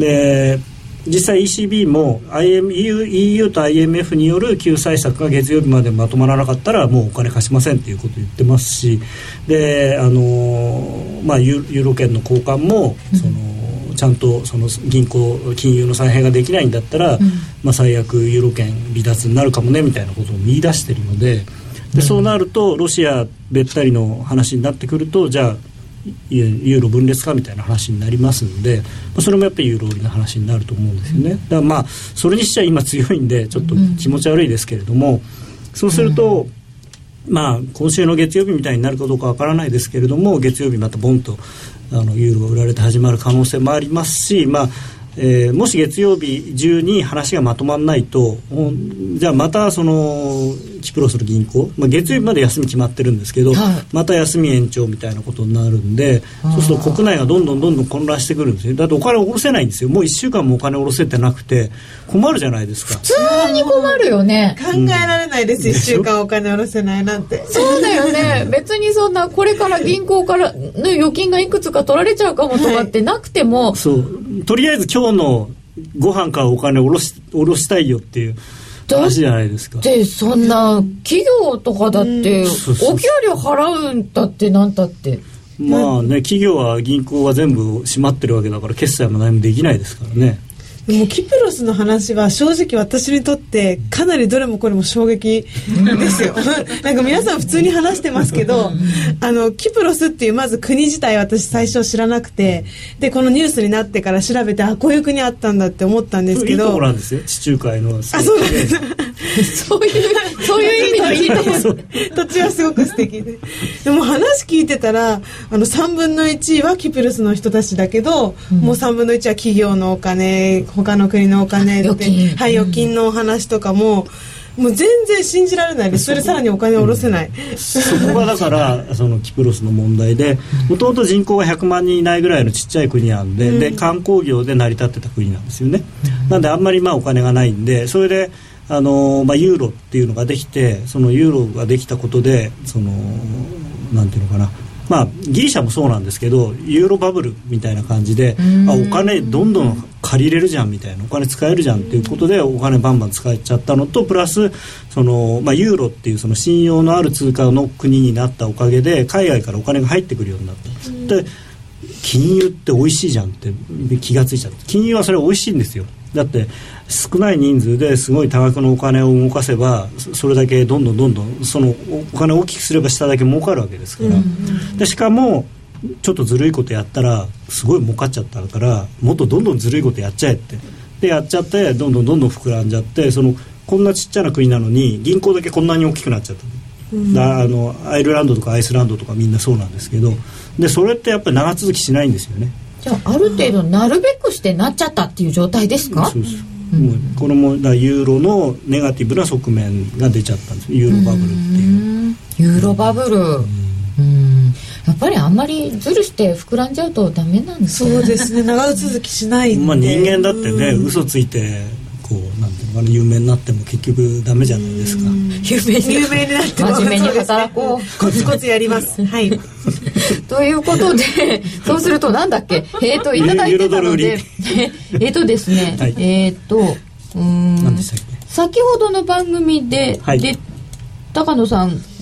で実際 イーシービー も イーユー と アイエムエフ による救済策が月曜日までまとまらなかったらもうお金貸しませんということを言ってますしで、あのまあ、ユーロ圏の交換もその、うん、ちゃんとその銀行金融の再編ができないんだったら、うんまあ、最悪ユーロ圏離脱になるかもねみたいなことを見出しているので、でそうなるとロシアべったりの話になってくるとじゃあユーロ分裂かみたいな話になりますので、それもやっぱりユーロ売りの話になると思うんですよね。だからまあそれにしちゃ今強いんでちょっと気持ち悪いですけれども、そうするとまあ今週の月曜日みたいになるかどうかわからないですけれども、月曜日またボンとあのユーロが売られて始まる可能性もありますし、まあえー、もし月曜日中に話がまとまらないとじゃあまたそのキプロスの銀行、まあ、月曜日まで休み決まってるんですけど、はい、また休み延長みたいなことになるんで、そうすると国内がどんどんどんどん混乱してくるんですよ。だってお金を下ろせないんですよ。もういっしゅうかんもお金を下ろせてなくて困るじゃないですか。 普通に困るよね。 考えられないです、うん、いっしゅうかんお金下ろせないなんて。 そうだよね。別にそんなこれから銀行からの預金がいくつか取られちゃうかもとかってなくても、 はい、そうとりあえず今日のご飯からお金を下ろし、下ろしたいよっていう話じゃないですか。 でそんな企業とかだって、うん、お給料払うんだってなんだってまあね、企業は銀行は全部閉まってるわけだから決済も何もできないですからね。 もうキプロスの話は正直私にとってかなりどれもこれも衝撃ですよなんか皆さん普通に話してますけどあのキプロスっていうまず国自体私最初知らなくて、でこのニュースになってから調べてあこういう国あったんだって思ったんですけど、いいところなんですよ地中海の。あそうなんですそういうそういう意味で土地はすごく素敵で、でも話聞いてたらあのさんぶんのいちはキプロスの人たちだけど、うん、もうさんぶんのいちは企業のお金他の国のお金って預金、はい、預金のお話とかも、うん、もう全然信じられないです。それさらにお金を下ろせない、 うん、そこがだからそのキプロスの問題で、もともと人口がひゃくまんにんいないぐらいのちっちゃい国なんで、うん、で観光業で成り立ってた国なんですよね、うん、なんであんまりまあお金がないんで、それであの、まあ、ユーロっていうのができて、そのユーロができたことでそのなんていうのかな、まあ、ギリシャもそうなんですけどユーロバブルみたいな感じで、あお金どんどん借りれるじゃんみたいな、お金使えるじゃんっていうことでお金バンバン使えちゃったのと、プラスその、まあ、ユーロっていうその信用のある通貨の国になったおかげで海外からお金が入ってくるようになったんです。で金融って美味しいじゃんって気がついちゃった。金融はそれ美味しいんですよ。だって少ない人数ですごい多額のお金を動かせばそれだけどんどんどんどんそのお金を大きくすれば下だけ儲かるわけですから、うん、でしかもちょっとずるいことやったらすごい儲かっちゃったからもっとどんどんずるいことやっちゃえってでやっちゃってどんどんどんどん膨らんじゃって、そのこんなちっちゃな国なのに銀行だけこんなに大きくなっちゃった、うん、だあのアイルランドとかアイスランドとかみんなそうなんですけど、でそれってやっぱり長続きしないんですよね。 じゃあある程度なるべくしてなっちゃったっていう状態ですか？ そうです、うん、もうこれもだユーロのネガティブな側面が出ちゃったんですユーロバブルっていう。 ユーロバブル、うんうんやっぱりあんまりズルして膨らんじゃうとダメなんですね。 そうですね長続きしないんで、 まあ、人間だってね、うん、嘘ついてこうなんていうのかな有名になっても結局ダメじゃないですか。 有名に有名になっても真面目に働こうコツコツやりますはいということでそうするとなんだっけえっ、ー、といただいてたのでえっとですね、はい、えっ、ー、とうーん何でしたっけ先ほどの番組で、はい、で高野さん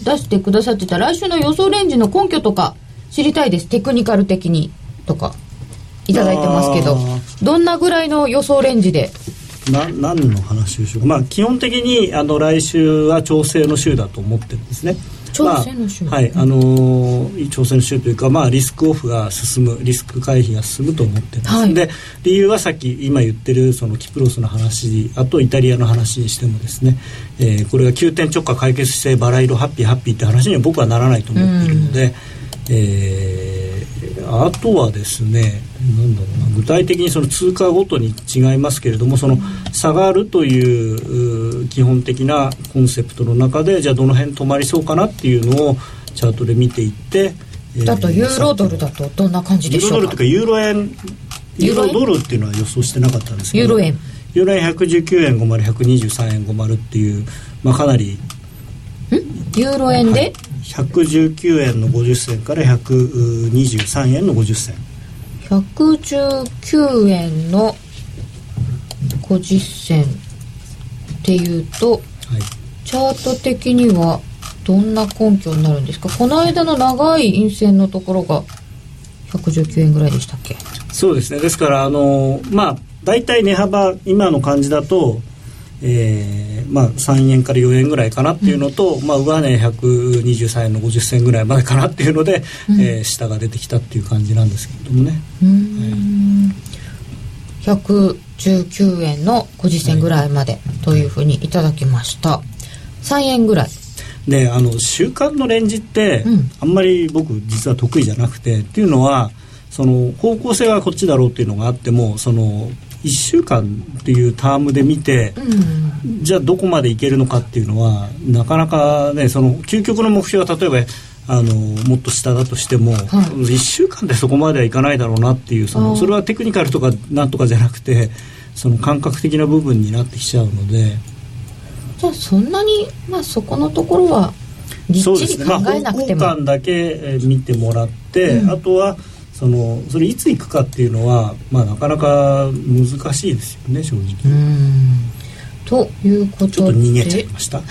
出してくださってた来週の予想レンジの根拠とか知りたいです。テクニカル的にとかいただいてますけど、どんなぐらいの予想レンジでな何の話でしょうか。まあ基本的にあの来週は調整の週だと思ってるんですね。 調整の週、 まあ、はい、あのー、調整の週というか、まあ、リスクオフが進む、リスク回避が進むと思ってます、はい、で理由はさっき今言ってるそのキプロスの話、あとイタリアの話にしてもですね、えー、これが急転直下解決してバラ色ハッピーハッピーって話には僕はならないと思っているので、えー、あとはですね、なんだろうな、具体的にその通貨ごとに違いますけれども、その下がるという基本的なコンセプトの中で、じゃあどの辺止まりそうかなっていうのをチャートで見ていって、 だとユーロドルだとどんな感じでしょうか。 ユーロドルというかユーロ円、ユーロドルっていうのは予想してなかったんですけど、 ユーロ円ユーロ円ひゃくじゅうきゅうえんごじゅう、ひゃくにじゅうさんえんごじゅうっていう、まあ、かなりんユーロ円で、はい、 ひゃくじゅうきゅうえんのごじゅっ銭からひゃくにじゅうさんえんのごじゅっ銭、 ひゃくじゅうきゅうえんのごじゅっ銭っていうと、はい、チャート的にはどんな根拠になるんですか。この間の長い陰線のところがひゃくじゅうきゅうえんぐらいでしたっけ。 そうですね。ですからあのまあだいたい値幅今の感じだと、えーまあ、さんえんからよえんぐらいかなっていうのと、うん、まあ、上値ひゃくにじゅうさんえんのごじゅっ銭ぐらいまでかなっていうので、うん、えー、下が出てきたっていう感じなんですけれどもね。 うーん、はい、ひゃくじゅうきゅうえんのごじゅっ銭ぐらいまでというふうにいただきました、はい、さんえんぐらいで、あの週間のレンジって、うん、あんまり僕実は得意じゃなくて、っていうのはその方向性はこっちだろうっていうのがあっても、そのいっしゅうかんっていうタームで見て、うん、じゃあどこまでいけるのかっていうのはなかなかね、その究極の目標は例えばあのもっと下だとしても、はい、いっしゅうかんでそこまではいかないだろうなっていう、そのそれはテクニカルとかなんとかじゃなくて、その感覚的な部分になってきちゃうので、 じゃあそんなに、まあ、そこのところはぎっちり考えなくても、 まあ、方向感だけ見てもらって、うん、あとはそのそれいつ行くかっていうのは、まあ、なかなか難しいですよね、正直。 うーん、ということでちょっと逃げちゃいましたあ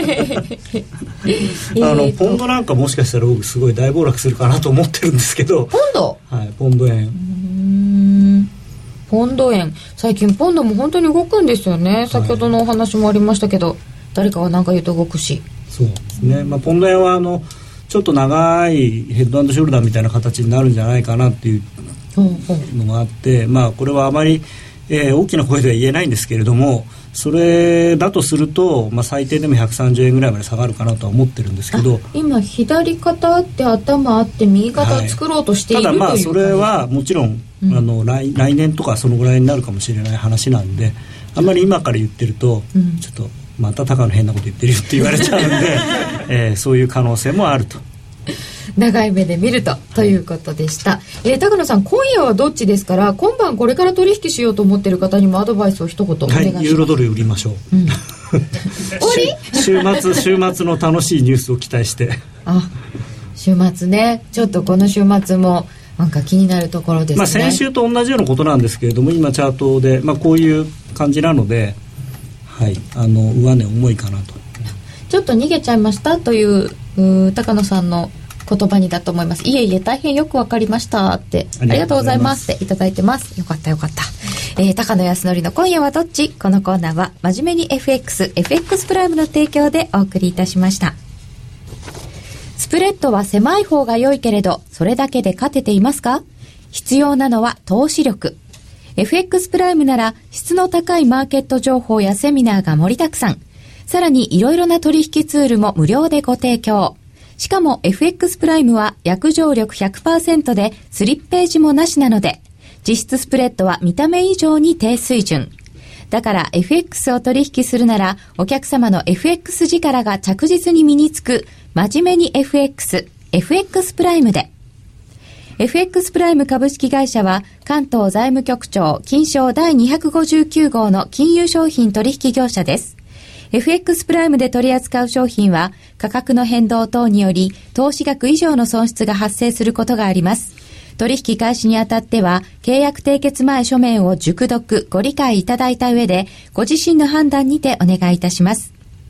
のポンドなんかもしかしたら僕すごい大暴落するかなと思ってるんですけど、 ポンド、 はい、ポンド円、うーん、ポンド円、最近ポンドも本当に動くんですよね。先ほどのお話もありましたけど、はい、誰かが何か言うと動くし。 そうですね、まあ、ポンド円はあのちょっと長いヘッド&ショルダーみたいな形になるんじゃないかなっていうのがあって、まあ、これはあまり、えー、大きな声では言えないんですけれども、それだとすると、まあ、最低でもひゃくさんじゅうえんぐらいまで下がるかなとは思ってるんですけど、 今左肩あって頭あって右肩を作ろうとしている、はい、 ただまあそれはもちろん、うん、あの 来, 来年とかそのぐらいになるかもしれない話なんで、あんまり今から言ってると、うん、ちょっとまた高野変なこと言ってるよって言われちゃうんで、えー、そういう可能性もあると。 長い目で見るとということでした、えー、高野さん、今夜はどっちですから、今晩これから取引しようと思っている方にもアドバイスを一言お願いします。はい、 ユーロドル売りましょう、うん、終わり週末週末の楽しいニュースを期待して。 あ、週末ね、ちょっとこの週末もなんか気になるところですね。 まあ、先週と同じようなことなんですけれども、今チャートで、まあ、こういう感じなので、はい、あの上値重いかなと。 ちょっと逃げちゃいましたという、う高野さんの言葉にだと思います。いえいえ、大変よくわかりましたって、ありがとうございますっていただいてます。よかったよかった、えー、高野康則の今夜はどっち。このコーナーは真面目に エフエックス エフエックス プライムの提供でお送りいたしました。スプレッドは狭い方が良いけれど、それだけで勝てていますか？必要なのは投資力。 エフエックス プライムなら質の高いマーケット情報やセミナーが盛りだくさん、さらにいろいろな取引ツールも無料でご提供。しかも エフエックス プライムは約定力 ひゃくパーセント でスリッページもなしなので、実質スプレッドは見た目以上に低水準。だから エフエックス を取引するなら、お客様の エフエックス 力が着実に身につく真面目に エフエックス、エフエックス プライムで。エフエックス プライム株式会社は関東財務局長金商第にひゃくごじゅうきゅう号の金融商品取引業者です。エフエックス プライムで取り扱う商品は価格の変動等により投資額以上の損失が発生することがあります。取引開始にあたっては契約締結前書面を熟読ご理解いただいた上でご自身の判断にてお願いいたします。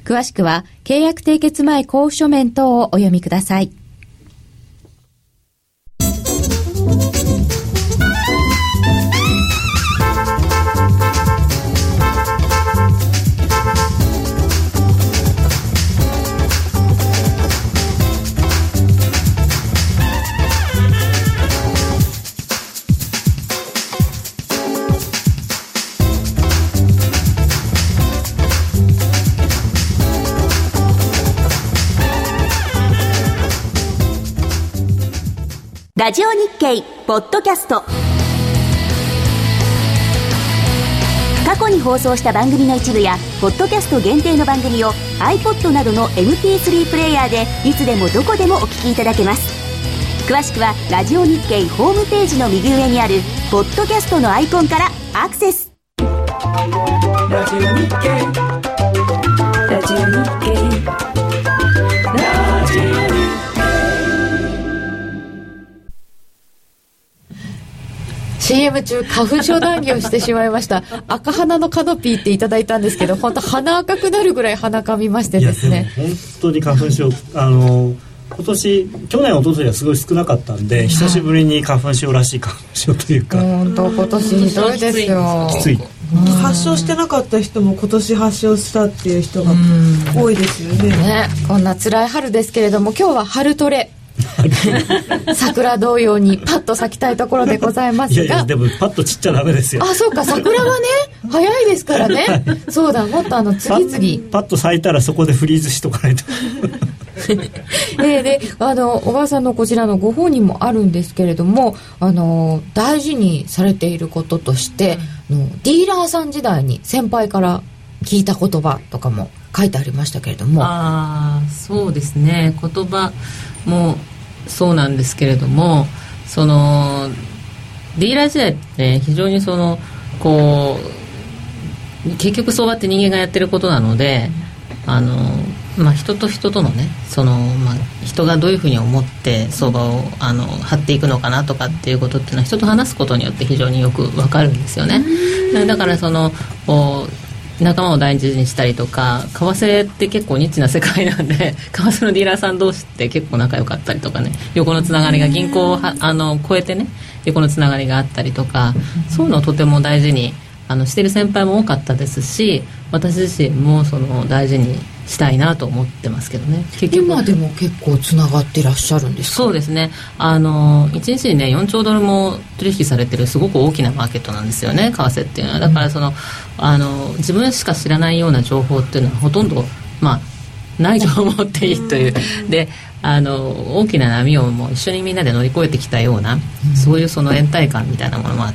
詳しくは契約締結前交付書面等をお読みください。ラジオ日経ポッドキャスト、過去に放送した番組の一部やポッドキャスト限定の番組を iPod などの エムピースリー プレイヤーでいつでもどこでもお聞きいただけます。詳しくはラジオ日経ホームページの右上にあるポッドキャストのアイコンからアクセス。ラジオ日経ラジオ日経ラジオ日経シーエム 中花粉症談義をしてしまいました。赤鼻のカノピーっていただいたんですけど、本当鼻赤くなるぐらい鼻かみましてですね。 いやでも本当に花粉症あの今年去年一昨年はすごい少なかったんで、はい、久しぶりに花粉症らしい花粉症というか、 本当今年ひどいですよ。 きつい。 発症してなかった人も今年発症したっていう人が多いですよね。 ね、こんな辛い春ですけれども、今日は春トレ桜同様にパッと咲きたいところでございますが、 いやいやでもパッと散っちゃダメですよ。 あ、そうか、桜はね早いですからねそうだ、もっとあの次々 パッと咲いたらそこでフリーズしとかないとえー、であの小川さんのこちらのご本にもあるんですけれども、あの大事にされていることとして、うん、のディーラーさん時代に先輩から聞いた言葉とかも書いてありましたけれども。 ああ、そうですね、言葉もそうなんですけれども、そのディーラー時代ってね、非常にそのこう結局相場って人間がやってることなので、あの、まあ、人と人とのね、その、まあ、人がどういうふうに思って相場をあの張っていくのかなとかっていうことっていうのは人と話すことによって非常によく分かるんですよね。だからそのこう仲間を大事にしたりとか、為替って結構ニッチな世界なんで為替のディーラーさん同士って結構仲良かったりとかね、横のつながりが銀行をはあの超えてね、横のつながりがあったりとか、そういうのをとても大事にあのしてる先輩も多かったですし、私自身もその大事にしたいなと思ってますけどね。 結局今でも結構つながっていらっしゃるんですか？ そうですね、あのいちにちにねよんちょうドルも取引されてるすごく大きなマーケットなんですよね、為替っていうのは。だからその、うん、あの自分しか知らないような情報っていうのはほとんど、まあ、ないと思っていいというで、あの大きな波をもう一緒にみんなで乗り越えてきたような、うん、そういうその連帯感みたいなものもあって、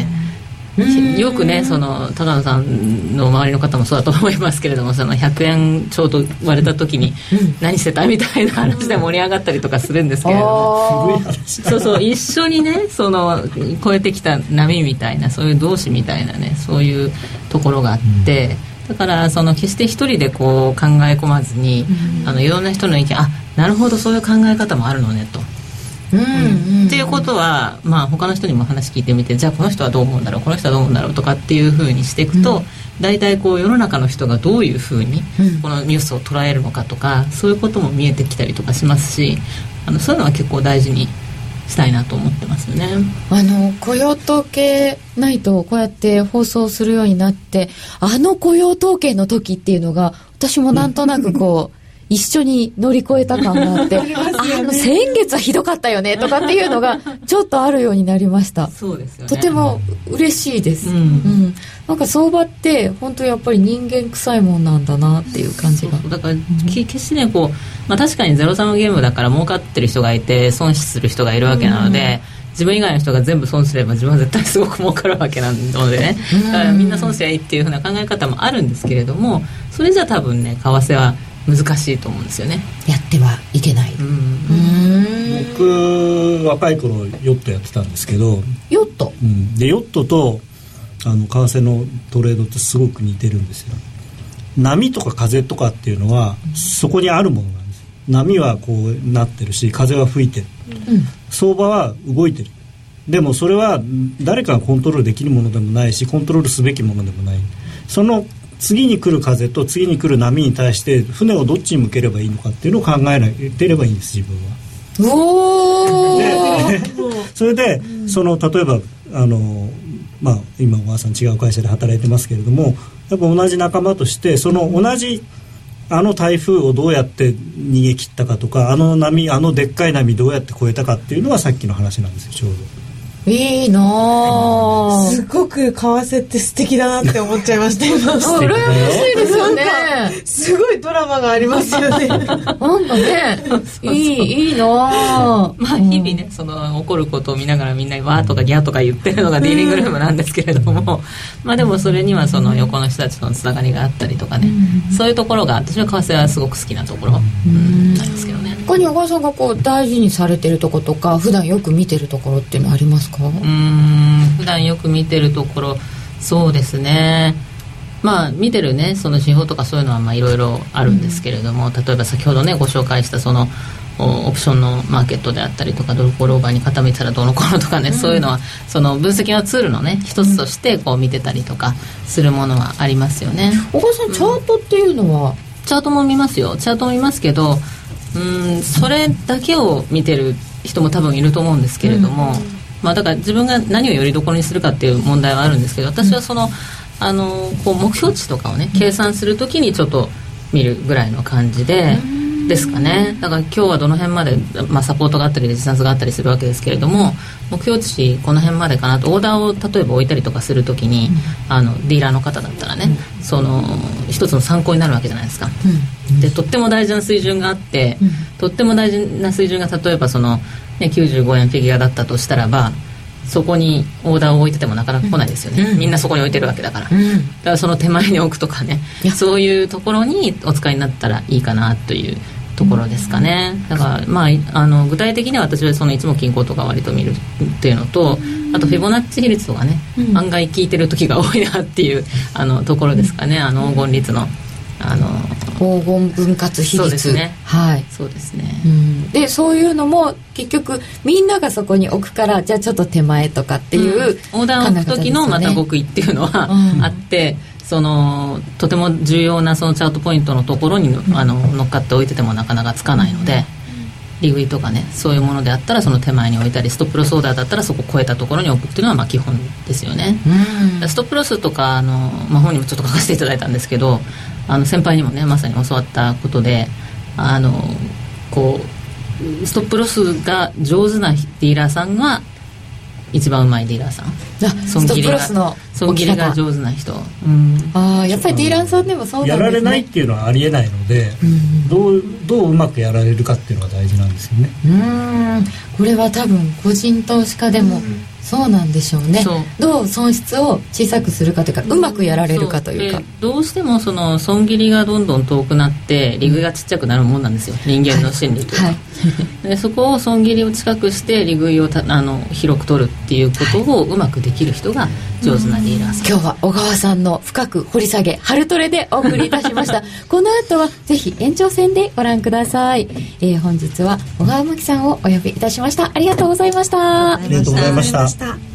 うん、よくね、その高野さんの周りの方もそうだと思いますけれども、そのひゃくえんちょうど割れた時に何してたみたいな話で盛り上がったりとかするんですけれども、そうそう、一緒にね、その超えてきた波みたいな、そういう同志みたいなね、そういうところがあって、だからその決して一人でこう考え込まずに、あのいろんな人の意見、あ、なるほど、そういう考え方もあるのねと。うんうんうん、っていうことは、まあ、他の人にも話聞いてみて、じゃあこの人はどう思うんだろう、この人はどう思うんだろうとかっていう風にしていくと、うん、大体こう世の中の人がどういう風にこのニュースを捉えるのかとか、そういうことも見えてきたりとかしますし、あのそういうのは結構大事にしたいなと思ってますよね。 あの雇用統計ナイトをこうやって放送するようになって、あの雇用統計の時っていうのが私もなんとなくこう一緒に乗り越えた感があってあ, ね、あの先月はひどかったよねとかっていうのがちょっとあるようになりました。 そうですよね、 とても嬉しいです、うんうん、なんか相場って本当やっぱり人間臭いもんなんだなっていう感じが。 そうそうだから、うん、決してねこう、まあ、確かにゼロサムゲームだから儲かってる人がいて損失する人がいるわけなので、うん、自分以外の人が全部損すれば自分は絶対すごく儲かるわけなのでね、だからみんな損すりゃいいっていう風な考え方もあるんですけれども、それじゃ多分ね為替は難しいと思うんですよね。 やってはいけない。うんうん僕若い頃ヨットやってたんですけど、 ヨット、 うん、でヨットとあの為替のトレードってすごく似てるんですよ。波とか風とかっていうのはそこにあるものなんです。波はこうなってるし風は吹いてる、うん、相場は動いてる。でもそれは誰かがコントロールできるものでもないしコントロールすべきものでもない。その次に来る風と次に来る波に対して船をどっちに向ければいいのかっていうのを考えなければいいんです自分は。 おでそれでその例えばあの、まあ、今小川さん違う会社で働いてますけれどもやっぱ同じ仲間としてその同じあの台風をどうやって逃げ切ったかとかあの波あのでっかい波どうやって越えたかっていうのがさっきの話なんですよちょうど。 いいなすごく為替って素敵だなって思っちゃいました今。 羨ましいですよね。 すごいドラマがありますよね。 なんかねいいいいなまあ日々ねその起こることを見ながらみんなわーとかギャーとか言ってるのがディーリングルームなんですけれども、まあでもそれにはその横の人たちとのつながりがあったりとかね、そういうところが私は為替はすごく好きなところなんですけどね。 他に小川さんがこう大事にされてるところとか普段よく見てるところっていうのはありますか？ うーん普段よく見てるところそうですねまあ見てるねその指標とかそういうのはまあいろいろあるんですけれども、うん、例えば先ほどねご紹介したそのオプションのマーケットであったりとかドルコールオーバーに傾いたらどうのこうのとかね、うん、そういうのはその分析のツールのね一つとしてこう見てたりとかするものはありますよね。 小川さんチャートっていうのは、 うん、チャートも見ますよチャートも見ますけどうんそれだけを見てる人も多分いると思うんですけれども、うんまあ、だから自分が何をよりどころにするかっていう問題はあるんですけど私はその、うん、あのこう目標値とかをね計算するときにちょっと見るぐらいの感じで、うん、ですかね。だから今日はどの辺まで、まあ、サポートがあったりレジスタンスがあったりするわけですけれども目標値この辺までかなとオーダーを例えば置いたりとかするときに、うん、あのディーラーの方だったらね、うん、その一つの参考になるわけじゃないですか、うん、でとっても大事な水準があって、うん、とっても大事な水準が例えばそのね、きゅうじゅうごえんフィギュアだったとしたらばそこにオーダーを置いててもなかなか来ないですよね、うん、みんなそこに置いてるわけだから、うん、だからその手前に置くとかねそういうところにお使いになったらいいかなというところですかね。だから、まあ、あの具体的には私はそのいつも均衡とか割と見るっていうのとあとフィボナッチ比率とかね、うん、案外効いてる時が多いなっていうあのところですかね。あの黄金率のあの黄金分割比率そうですねはいそうですね、 うん、でそういうのも結局みんながそこに置くからじゃあちょっと手前とかっていう、 うん、オーダーを置く時のまた極意っていうのはあって、うん、そのとても重要なそのチャートポイントのところに、うん、あの乗っかって置いててもなかなかつかないので、うん、利食いとかねそういうものであったらその手前に置いたりストップロスオーダーだったらそこを超えたところに置くっていうのはまあ基本ですよね、うん、ストップロスとかあの、まあ、本にもちょっと書かせていただいたんですけどあの先輩にもねまさに教わったことであのこうストップロスが上手なディーラーさんが一番うまいディーラーさん損切りが損切りが上手な人、 うん、あやっぱりディーラーさんでもそうなんですね。 やられないっていうのはありえないので、うん、どう、どううまくやられるかっていうのが大事なんですよね。 うんこれは多分個人投資家でも、うんそうなんでしょうね。どう損失を小さくするかというか、うまくやられるかというか、 どうしてもその損切りがどんどん遠くなって利食いがちっちゃくなるもんなんですよ、人間の心理というか、はいはい、でそこを損切りを近くして利食いをたあの広く取るっていうことをうまくできる人が上手なディーラーさん、 今日は小川さんの深く掘り下げ春トレでお送りいたしましたこの後はぜひ延長戦でご覧ください、えー、本日は小川真希さんをお呼びいたしました。ありがとうございました。 ありがとうございました。